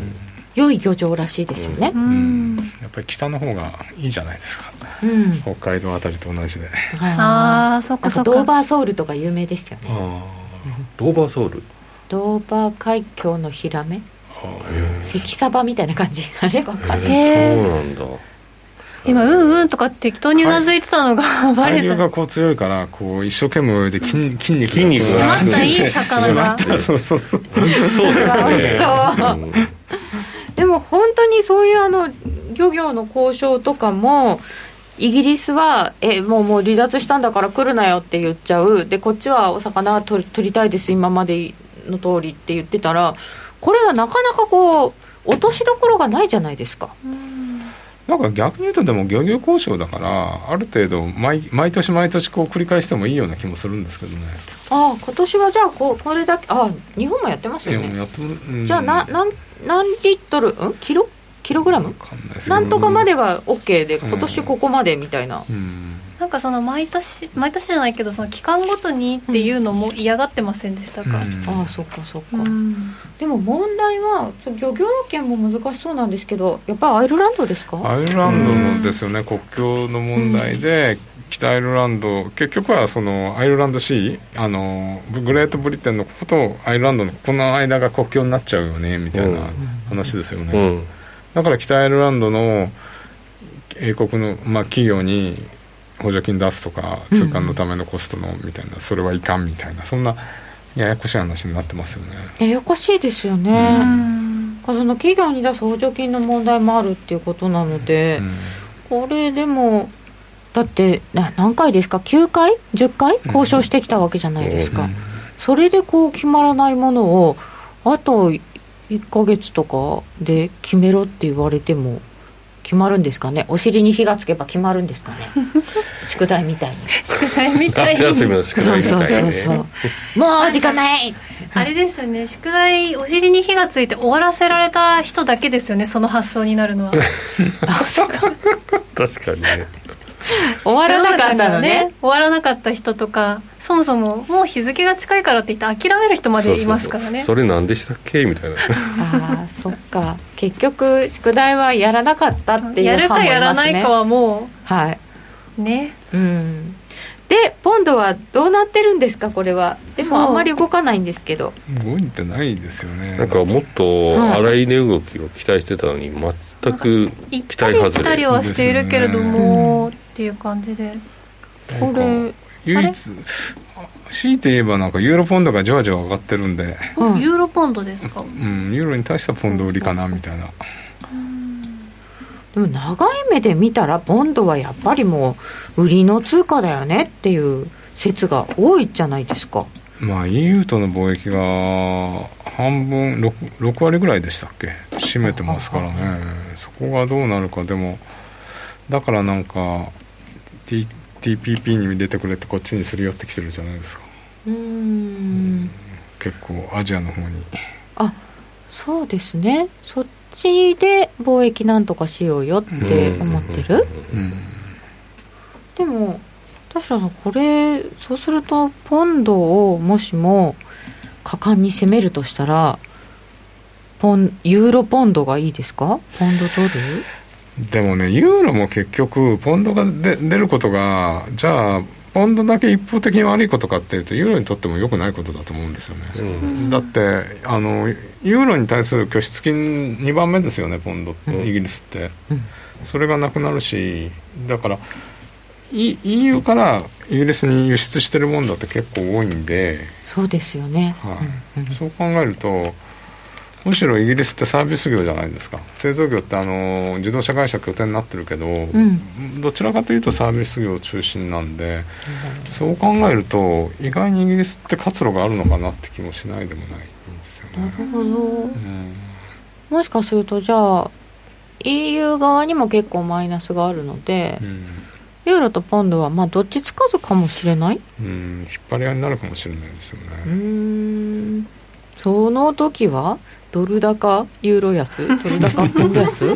良い漁場らしいですよね、 うんうん、やっぱり北の方がいいじゃないですか、うん、北海道あたりと同じで。 ああ、そうかそうか。 ドーバーソウルとか有名ですよね。 あドーバーソウル、 ドーバー海峡のヒラメ、関サバみたいな感じ。あれわかんない。 そうなんだ。 今うんうんとか適当にうなずいてたのが、はい、バレた。 海流がこう強いからこう一生懸命泳いで 筋, 筋肉筋肉が締まったいい魚がそうそうそう美味しそうだよね。 美味しそう、うん、でも本当にそういうあの漁業の交渉とかもイギリスはえもうもう離脱したんだから来るなよって言っちゃう。でこっちはお魚は 取, 取りたいです今までの通りって言ってたら、これはなかなかこう落としどころがないじゃないですか。うんなんか逆に言うとでも漁業交渉だからある程度 毎, 毎年毎年こう繰り返してもいいような気もするんですけどね。 ああ今年はじゃあ こ, これだけあ日本もやってますよね。 やって、うん、 じゃあな 何, 何リットルんキロキログラムなんとかまでは OK で今年ここまでみたいな、 うんうんなんかその毎年毎年じゃないけどその期間ごとにっていうのも嫌がってませんでしたか、うん、 ああそっかそっか、 うん、 でも問題は漁業権も難しそうなんですけどやっぱりアイルランドですか。 アイルランドのですよね、うん、国境の問題で、うん、北アイルランド結局はそのアイルランドシーあのグレートブリテンのこことアイルランドのこの間が国境になっちゃうよねみたいな話ですよね、うん、だから北アイルランドの英国の、まあ、企業に補助金出すとか通関のためのコストのみたいな、うん、それはいかんみたいなそんなややこしい話になってますよね。 ややこしいですよね、うん、その企業に出す補助金の問題もあるっていうことなので、うん、これでもだって何回ですかきゅうかいじゅっかい交渉してきたわけじゃないですか、うん、それでこう決まらないものをあといっかげつとかで決めろって言われても決まるんですかね。お尻に火がつけば決まるんですかね宿題みたいに宿題みたいに夏休みの宿題みたいに、ね、そうそうそうそうもう時間ないあれですよね、宿題お尻に火がついて終わらせられた人だけですよね、その発想になるのはあそうか確かにね終わらなかったの ね, ね終わらなかった人とかそもそももう日付が近いからって言って諦める人までいますからね。 そうそうそうそれ何でしたっけみたいなあそっか結局宿題はやらなかったっていうやるかやらないかはもうはいねうんでポンドはどうなってるんですかこれは。でもあんまり動かないんですけど動いてないですよね。 なんかもっと荒い値動きを期待してたのに全く期待外れ行ったり来たりはしているけれども、ね、っていう感じでこれ唯一強いて言えばなんかユーロポンドがじわじわ上がってるんで、 うん、ユーロポンドですか、 うん、ユーロに対してはポンド売りかなみたいな。 でも長い目で見たらポンドはやっぱりもう売りの通貨だよねっていう説が多いじゃないですか。 まあ イーユー との貿易が半分 6, ろく割ぐらいでしたっけ占めてますからね。そこがどうなるか。でもだからなんか Tティーピーピー に出てくれてこっちにすり寄ってきてるじゃないですか。 うーんうん結構アジアの方に。 あそうですねそっちで貿易なんとかしようよって思ってる。 うんでも確かにこれそうするとポンドをもしも果敢に攻めるとしたらポンユーロポンドがいいですかポンドドル。 でもねユーロも結局ポンドがで出ることがじゃあポンドだけ一方的に悪いことかっていうとユーロにとっても良くないことだと思うんですよね、うん、だってあのユーロに対する拠出金にばんめですよねポンドって、うん、イギリスって、うん、それがなくなるしだから イーユー からイギリスに輸出してるもんだって結構多いんでそうですよね、 はいうんうん、そう考えるとむしろイギリスってサービス業じゃないですか。製造業ってあの自動車会社拠点になってるけど、うん、どちらかというとサービス業中心なんで、うん、そう考えると意外にイギリスって活路があるのかなって気もしないでもないんですよね。 なるほど、うん、もしかするとじゃあ イーユー 側にも結構マイナスがあるので、うん、ユーロとポンドはまあどっちつかずかもしれない、 うん、引っ張り合いになるかもしれないですよね。 うーんその時はドル高ユーロ安ドル高ポンド安う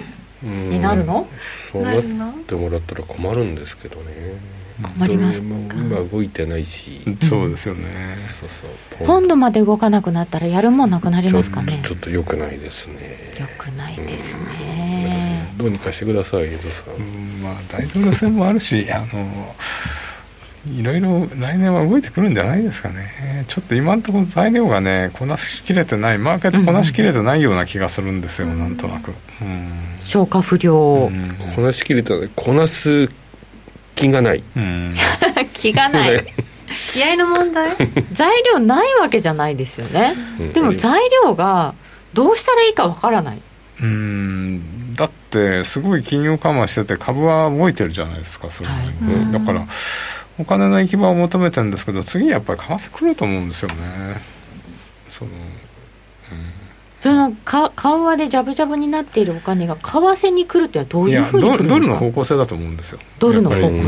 になるの？ そうなってもらったら困るんですけどね。 困りますか。 今動いてないし、 うん、そうですよね。 そうそう、 ポンドまで動かなくなったらやるもんなくなりますかね。 ちょっと、ちょっと良くないですね。 良くないですね、 うん、どうにかしてください、江戸さん。 うん、まあ大統領選もあるし、あのいろいろ来年は動いてくるんじゃないですかね。ちょっと今のところ材料がねこなしきれてない、マーケットこなしきれてないような気がするんですよ、うん、なんとなく、うん、 消化不良、うん、 こなしきれてない、こなす気がない、うん、 気がない気合の問題材料ないわけじゃないですよね、うん、でも材料がどうしたらいいかわからない。 うーん、だってすごい金融緩和してて株は動いてるじゃないですか、それ、はい、うん、だからお金の行き場を求めてるんですけど、次やっぱり為替来ると思うんですよね。その、うん、 そのか緩和でジャブジャブになっているお金が為替に来るっていうのはどういうふうに来るんですか？ ドルの方向性だと思うんですよ。 ドルの方向性、 うん、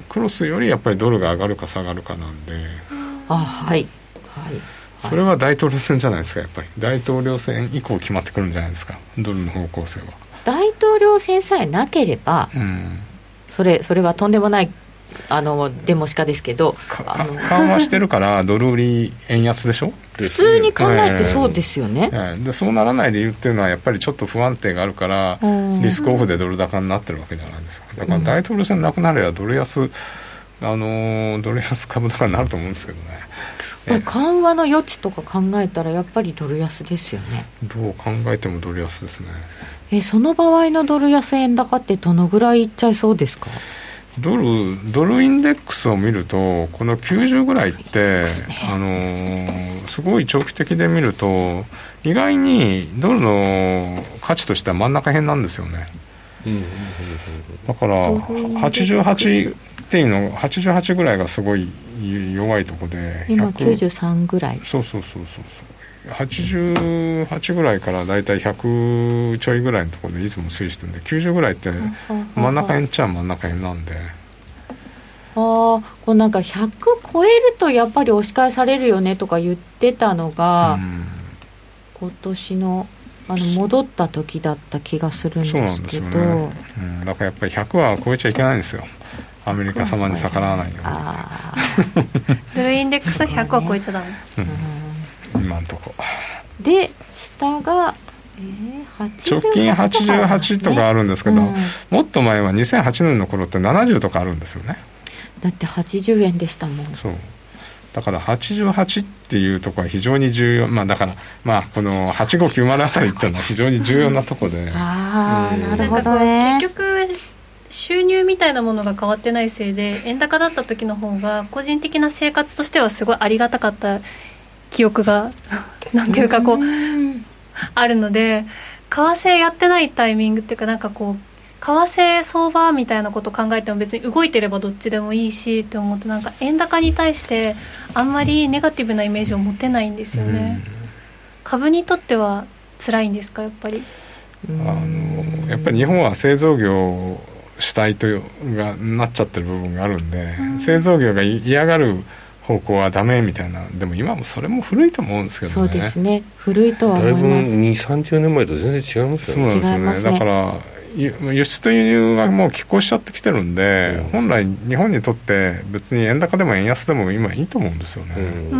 クロスよりやっぱりドルが上がるか下がるかなんで、 あ、はい、はい、 それは大統領選じゃないですか。やっぱり大統領選以降決まってくるんじゃないですか、ドルの方向性は。 大統領選さえなければ、うん、それ、それはとんでもないあのデモシカですけど、あの緩和してるからドル売り円安でしょ普通に考えてそうですよね、 えーえー、でそうならない理由っていうのはやっぱりちょっと不安定があるからリスクオフでドル高になってるわけじゃないですか。だから大統領選なくなればドル安、あのー、ドル安株高になると思うんですけどね。 緩和の余地とか考えたらやっぱりドル安ですよね。 どう考えてもドル安ですね。 えその場合のドル安円高ってどのぐらいいっちゃいそうですか？ ドル、ドルインデックスを見るとこのきゅうじゅうぐらいって、ね、あのー、すごい長期的で見ると意外にドルの価値としては真ん中辺なんですよね、うん、だからはちじゅうはちっていうのはちじゅうはちぐらいがすごい弱いとこで今きゅうじゅうさんぐらい。 そうそうそうそうそう、はちじゅうはちぐらいからだいたいひゃくちょいぐらいのところでいつも推移してるんで、きゅうじゅうぐらいって真ん中辺っちゃ真ん中辺なんで、 あこうなんかひゃく超えるとやっぱり押し返されるよねとか言ってたのが、うん、今年のあの戻った時だった気がするんですけど、そうなんですよね、 うん、だからやっぱりひゃくは超えちゃいけないんですよ、アメリカ様に逆らわないように。 あドルインデックスはひゃくは超えちゃダメ、 うん、今んとこで下が、えー、 直近はちじゅうはちとかあるんですけど、うん、もっと前はにせんはちねんの頃ってななじゅうとかあるんですよね。 だってはちじゅうえんでしたもん。 そうだからはちじゅうはちっていうところは非常に重要、まあだからまあこのはちごきゅうまるあたりっていうのは非常に重要なところでああ、なるほどね。 結局収入みたいなものが変わってないせいで円高だった時の方が個人的な生活としてはすごいありがたかった記憶がなんていうかこうあるので、為替やってないタイミングっていうかなんかこう為替相場みたいなことを考えても別に動いてればどっちでもいいしって思うと、なんか円高に対してあんまりネガティブなイメージを持てないんですよね。株にとっては辛いんですか？やっぱりあのやっぱり日本は製造業主体とがなっちゃってる部分があるんで、うん、製造業が嫌がる方向はダメみたいな。でも今もそれも古いと思うんですけどね。 そうですね、古いとは思います。 だいぶにじゅう、さんじゅうねんまえと全然違いますよね。 そうなんですよね。だから輸出と輸入がもう拮抗しちゃってきてるんで、うん、本来日本にとって別に円高でも円安でも今いいと思うんですよね、うん、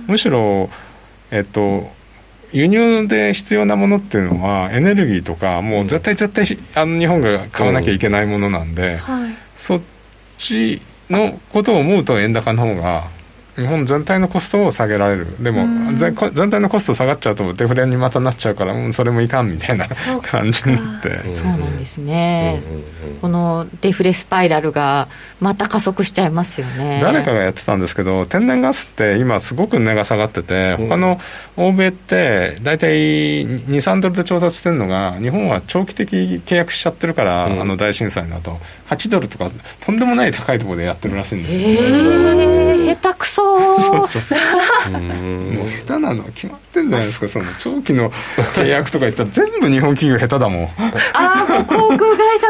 むしろ、えっと、輸入で必要なものっていうのはエネルギーとかもう絶対絶対あの日本が買わなきゃいけないものなんで、うんはい、そっちのことを思うと円高の方が日本全体のコストを下げられる。でも全体のコスト下がっちゃうとデフレにまたなっちゃうから、うん、それもいかんみたいな感じになって。 そうなんですね、うんうんうん、このデフレスパイラルがまた加速しちゃいますよね。 誰かがやってたんですけど、天然ガスって今すごく値が下がってて、他の欧米ってだいたいに、さんドルで調達してるのが日本は長期的契約しちゃってるから、うん、あの大震災の後はちドルとかとんでもない高いところでやってるらしいんですよ、 えー、下手くそそうそうもう下手なのは決まってんじゃないですか。その長期の契約とか言ったら全部日本企業下手だもん。 ああ、もう航空会社とかそう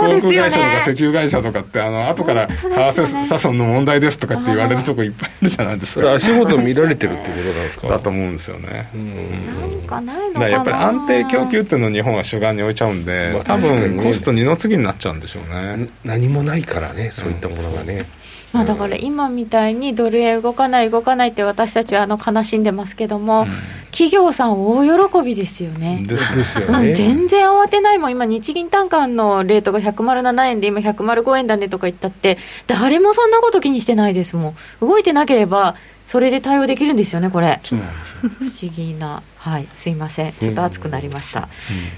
そうですよね。 航空会社とか石油会社とかってあの後から為替差損の問題ですとかって言われるとこいっぱいあるじゃないですか。 それ足元見られてるってことなんですか。 だと思うんですよね。 なんかないのかな。 だからやっぱり安定供給っていうのを日本は主眼に置いちゃうんで、まあ、多分コスト二の次になっちゃうんでしょうね。 何もないからね、そういったものがね。 まあ、だから今みたいにドル円動かない動かないって私たちはあの悲しんでますけども、うん、企業さん大喜びですよね。 ですよね、 うん、全然慌てないもん。今日銀短観のレートがひゃくななえんで今ひゃくごえんだねとか言ったって誰もそんなこと気にしてないですもん。動いてなければそれで対応できるんですよねこれ。不思議な、はい、すいませんちょっと熱くなりました、うん、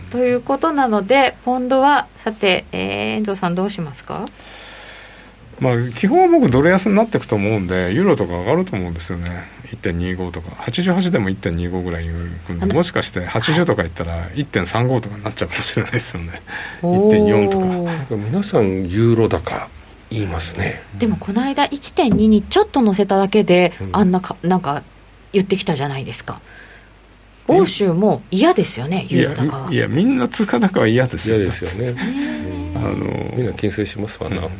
ということなのでポンドはさて、えー、遠藤さんどうしますか。 まあ、基本は僕ドル安になっていくと思うんでユーロとか上がると思うんですよね。 いってんにじゅうご とかはちじゅうはちでも いってんにじゅうご ぐらいいくんで、もしかしてはちじゅうとかいったら いってんさんご とかになっちゃうかもしれないですよね。 いってんよん とか。 皆さんユーロ高言いますね。 でもこの間 いってんに にちょっと乗せただけで、うん、あんなかなんか言ってきたじゃないですか。欧州も嫌ですよねユーロ高は。 いや、いやみんな通貨高は嫌ですよ。 嫌ですよね。あのみんな牽制しますわな、うん、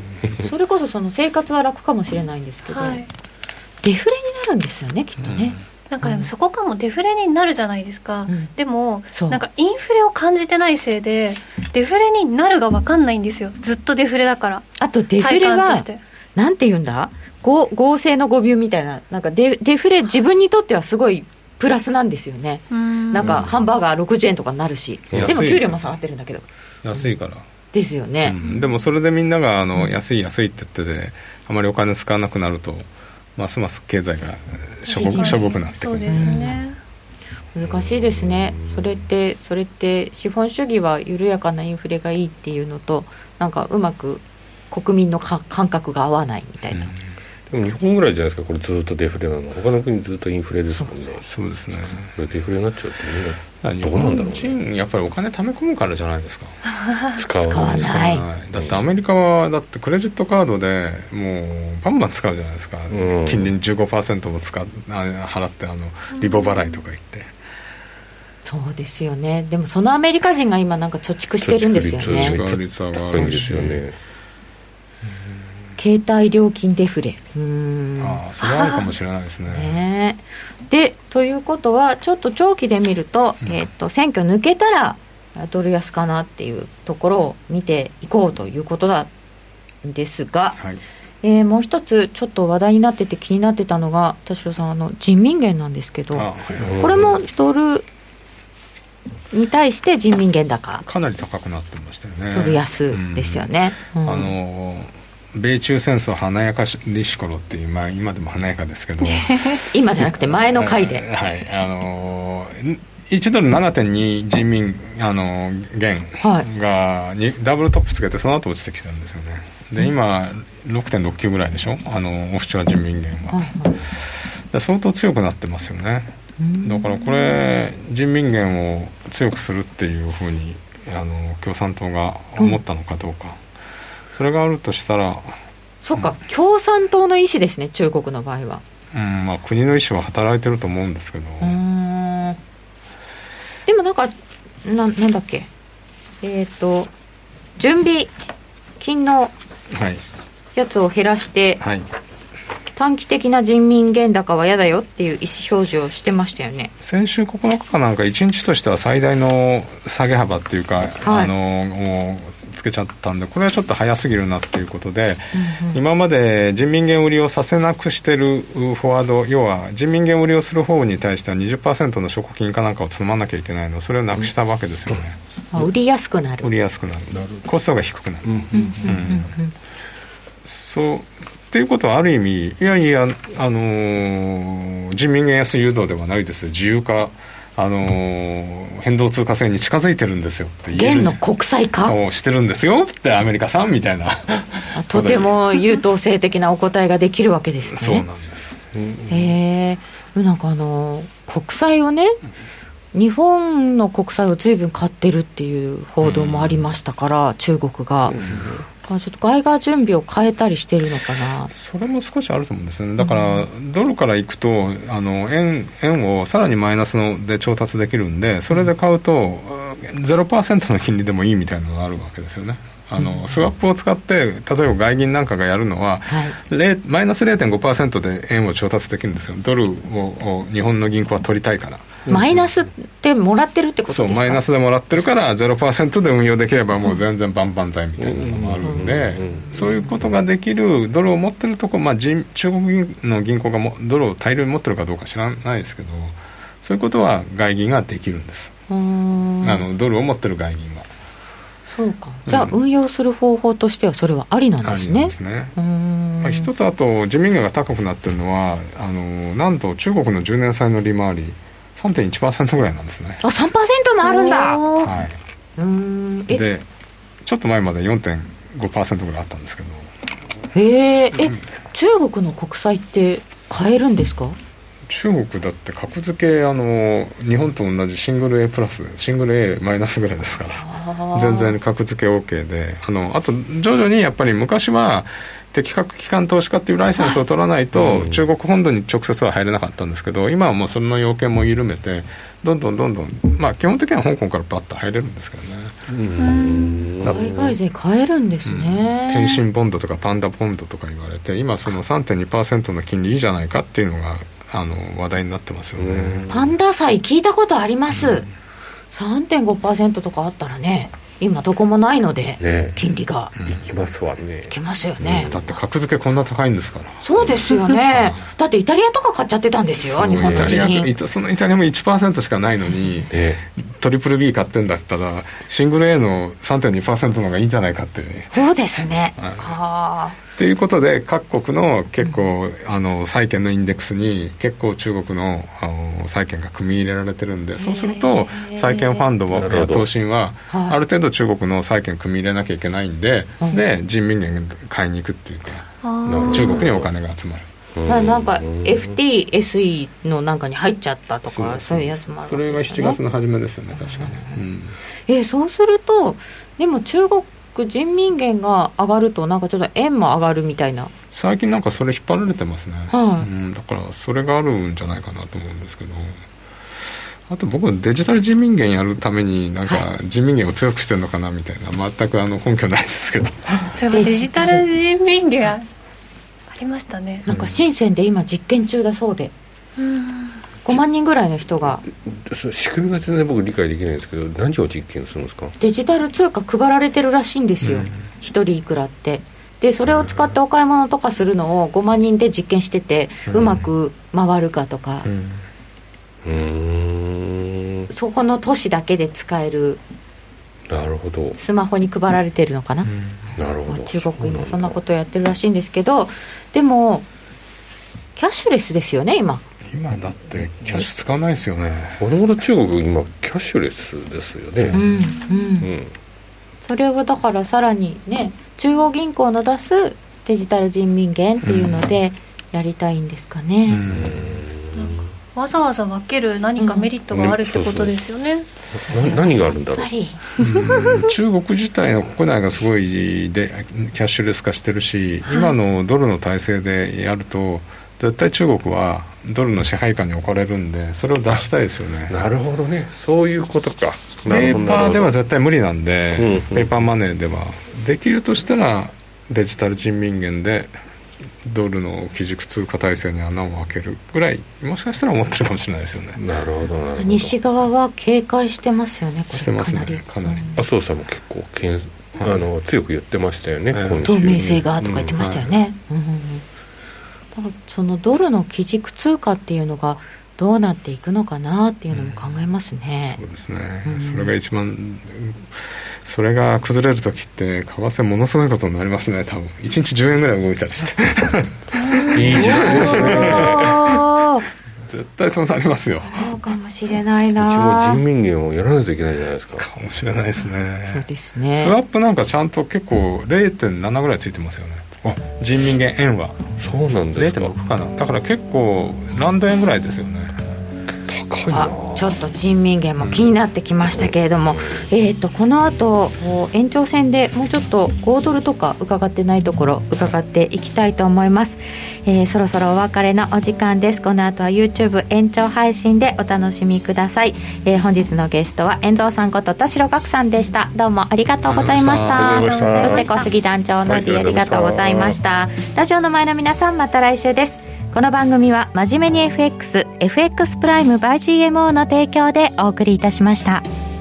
それこそその生活は楽かもしれないんですけど、はい、デフレになるんですよねきっとね、うん、 なんかでもそこかもデフレになるじゃないですか、うん、でもなんかインフレを感じてないせいでデフレになるが分かんないんですよ。ずっとデフレだから。 あとデフレはなんて言うんだ合, 合成の語尾みたいな、なんか デ, デフレ自分にとってはすごいプラスなんですよね。んなんかハンバーガーろくじゅうえんとかになるし、うん、でも給料も下がってるんだけど安いから、 ですよね、 うん、でもそれでみんながあの安い安いって言っててあまりお金使わなくなるとますます経済がしょぼく、しょぼくなってくる。 そうですね、 うん、難しいですね。それってそれって資本主義は緩やかなインフレがいいっていうのとなんかうまく国民のか感覚が合わないみたいな、 うん、でも日本ぐらいじゃないですかこれずっとデフレなの。他の国ずっとインフレですもんね。 そうですね。 これデフレになっちゃうってみんなどうなんだろうね。日本人やっぱりお金貯め込むからじゃないですか。 使わない、 使わない。 だってアメリカはだってクレジットカードでもうバンバン使うじゃないですか、うん、金利 じゅうごパーセント も使っ払ってあのリボ払いとか言って、うん、 そうですよね。でもそのアメリカ人が今なんか貯蓄してるんですよね。 貯蓄率上がるし、 ですよね。 携帯料金デフレ、うーん、 ああそれはあるかもしれないですね。 ねでということはちょっと長期で見ると、うんえー、と選挙抜けたらドル安かなっていうところを見ていこうということなんですが、はいえー、もう一つちょっと話題になってて気になってたのが田代さんあの人民元なんですけど、はい、これもドルに対して人民元高かなり高くなってましたよね。 ドル安ですよね、うんうん、 あの米中戦争華やかりし頃っていう、まあ、今でも華やかですけど今じゃなくて前の回ではいあのいちドル ななてんに 人民あの元がにダブルトップつけてその後落ちてきたんですよね。で今 ろくてんろくきゅう ぐらいでしょあのオフショア人民元は、はいはい、で相当強くなってますよね。だからこれ人民元を強くするっていうふうにあの共産党が思ったのかどうか、うん、それがあるとしたらそうか、うん、共産党の意思ですね中国の場合は、 うんまあ、国の意思は働いてると思うんですけど、うーんでもなんか な, なんだっけえっ、ー、と準備金のやつを減らして、はいはい短期的な人民元高は嫌だよっていう意思表示をしてましたよね。 先週ここのかかなんかいちにちとしては最大の下げ幅っていうか、はい、あのつけちゃったんでこれはちょっと早すぎるなっていうことで、うんうん、今まで人民元売りをさせなくしてるフォワード要は人民元売りをする方に対しては にじゅっパーセント の証拠金かなんかを積まなきゃいけないのそれをなくしたわけですよね、 うん、あ売りやすくなる売りやすくなるコストが低くなる、うんうんうんうん、そうっていうことはある意味いやいや、あのー、人民元安誘導ではないですよ自由化、あのー、変動通貨制に近づいてるんですよって元の国際化をしてるんですよってアメリカさんみたいなとても優等生的なお答えができるわけですね。 そうなんです、 へえなんかあのー、国債をね日本の国債を随分買ってるっていう報道もありましたから、うん、中国が、うんちょっと外貨準備を変えたりしてるのかな。 それも少しあると思うんですよね。だから、うん、ドルからいくとあの 円, 円をさらにマイナスので調達できるんでそれで買うと ゼロパーセント の金利でもいいみたいなのがあるわけですよね。 あのスワップを使って例えば外銀なんかがやるのは、はい、マイナス れいてんごパーセント で円を調達できるんですよ。ドルを日本の銀行は取りたいから。 マイナスってもらってるってことですか？ そう、マイナスでもらってるから ゼロパーセント で運用できればもう全然万々歳みたいなのもあるんで、そういうことができるドルを持ってるとこ、まあ、中国の銀行がもドルを大量に持ってるかどうか知らないですけど、そういうことは外銀ができるんです。あのドルを持ってる外銀は。 そうか。じゃあ、うん、運用する方法としてはそれはありなんですね。ありなんですね。うーん、まあ、一つあと人民元が高くなってるのはあのなんと中国のじゅうねん債の利回り さんてんいちパーセント ぐらいなんですね。 あ、さんパーセント もあるんだ。 はい。 うーん、えでちょっと前まで よんてんごパーセント ぐらいあったんですけど。 へー、え、うん、中国の国債って買えるんですか？ 中国だって格付けあの日本と同じシングル A プラスシングル A マイナスぐらいですから全然格付け OK で、あのあと徐々にやっぱり昔は適格機関投資家っていうライセンスを取らないと中国本土に直接は入れなかったんですけど、今はもうその要件も緩めてどんどんどんどん、まあ基本的には香港からバッと入れるんですけどね。 うん、海外税買えるんですね。 天津ボンドとかパンダボンドとか言われて、今その さんてんにパーセント の金利いいじゃないかっていうのがあの話題になってますよね。 パンダ債聞いたことあります、うん、さんてんごパーセント とかあったらね、今どこもないので、ね、金利がいきますわね。 いきますよね、 うん、だって格付けこんな高いんですから。 そうですよねだってイタリアとか買っちゃってたんですよ、日本の地に。そのイタリアも いちパーセント しかないのに、ね、トリプル B 買ってんだったらシングル A の さんてんにパーセント の方がいいんじゃないかって、ね、 そうですね、 はい、はということで各国の結構あの債券のインデックスに結構中国 の, あの債券が組み入れられてるんで、そうすると債券ファンドや投信はある程度中国の債券組み入れなきゃいけないんで、で人民元買いに行くっていうか中国にお金が集まる。 なんか エフティーエスイー のなんかに入っちゃったとか、そういうやつもあるんですよね。 それがしちがつの初めですよね、確かに、うん、 えー、そうするとでも中国人民元が上がるとなんかちょっと円も上がるみたいな、 最近なんかそれ引っ張られてますね、 はい、 うん、だからそれがあるんじゃないかなと思うんですけど、あと僕デジタル人民元やるためになんか人民元を強くしてるのかなみたいな、全くあの根拠ないですけどそういえばデジタル人民元ありましたね。 なんか深センで今実験中だそうで、うん、ごまんにんぐらいの人が。 仕組みが全然僕理解できないんですけど、何を実験するんですか？ デジタル通貨配られてるらしいんですよ、ひとりいくらって。でそれを使ってお買い物とかするのをごまんにんで実験してて、うん、うまく回るかとか、うん、うーん、そこの都市だけで使える。 なるほど。 スマホに配られてるのかな、うん、 なるほど。 中国今そんなことをやってるらしいんですけど、でもキャッシュレスですよね今。 今だってキャッシュ使わないですよね。 もともと中国今キャッシュレスですよね、うんうんうん、 それをだからさらにね、中央銀行の出すデジタル人民元っていうのでやりたいんですかね、うん、なんかわざわざ分ける何かメリットがあるってことですよね、うん、 そうそう。な何があるんだろう。 うん、中国自体の国内がすごいでキャッシュレス化してるし、はい、今のドルの体制でやると絶対中国はドルの支配下に置かれるんで、それを出したいですよね。 なるほどね、そういうことか。 ペーパーでは絶対無理なんで、うんうん、ペーパーマネーではできるとしたらデジタル人民元でドルの基軸通貨体制に穴を開けるぐらい、もしかしたら思ってるかもしれないですよね。 なるほどなるほど。 西側は警戒してますよね、これ。 してますね、かなり、うん、 麻生さんも結構けん、あの強く言ってましたよね、 えー、透明性がとか言ってましたよね、うんはい、うんうん、だからそのドルの基軸通貨っていうのがどうなっていくのかなっていうのも考えますね、 うん、そうですね、うん、それが一番、それが崩れるときって為替ものすごいことになりますね。多分いちにちじゅうえんぐらい動いたりしていい時代ですね絶対そうなりますよ。 そうかもしれないな。 うちも人民元をやらないといけないじゃないですか。 かもしれないですね。 そうですね。 スワップなんかちゃんと結構 れいてんなな ぐらいついてますよね。あ、人民元円はそうなんですか。 れいてんろく かな。だから結構何ド円ぐらいですよね。 高いな。 ちょっと人民元も気になってきましたけれども、うん、えー、とこの後延長戦でもうちょっとごドルとか伺ってないところ伺っていきたいと思います。えー、そろそろお別れのお時間です。この後は YouTube 延長配信でお楽しみください。えー、本日のゲストは遠藤さんこと田代岳さんでした。どうもありがとうございました。そして小杉団長の D ありがとうございました。ラジオの前の皆さん、また来週です。この番組は真面目に エフエックス エフエックス プライム by ジーエムオー の提供でお送りいたしました。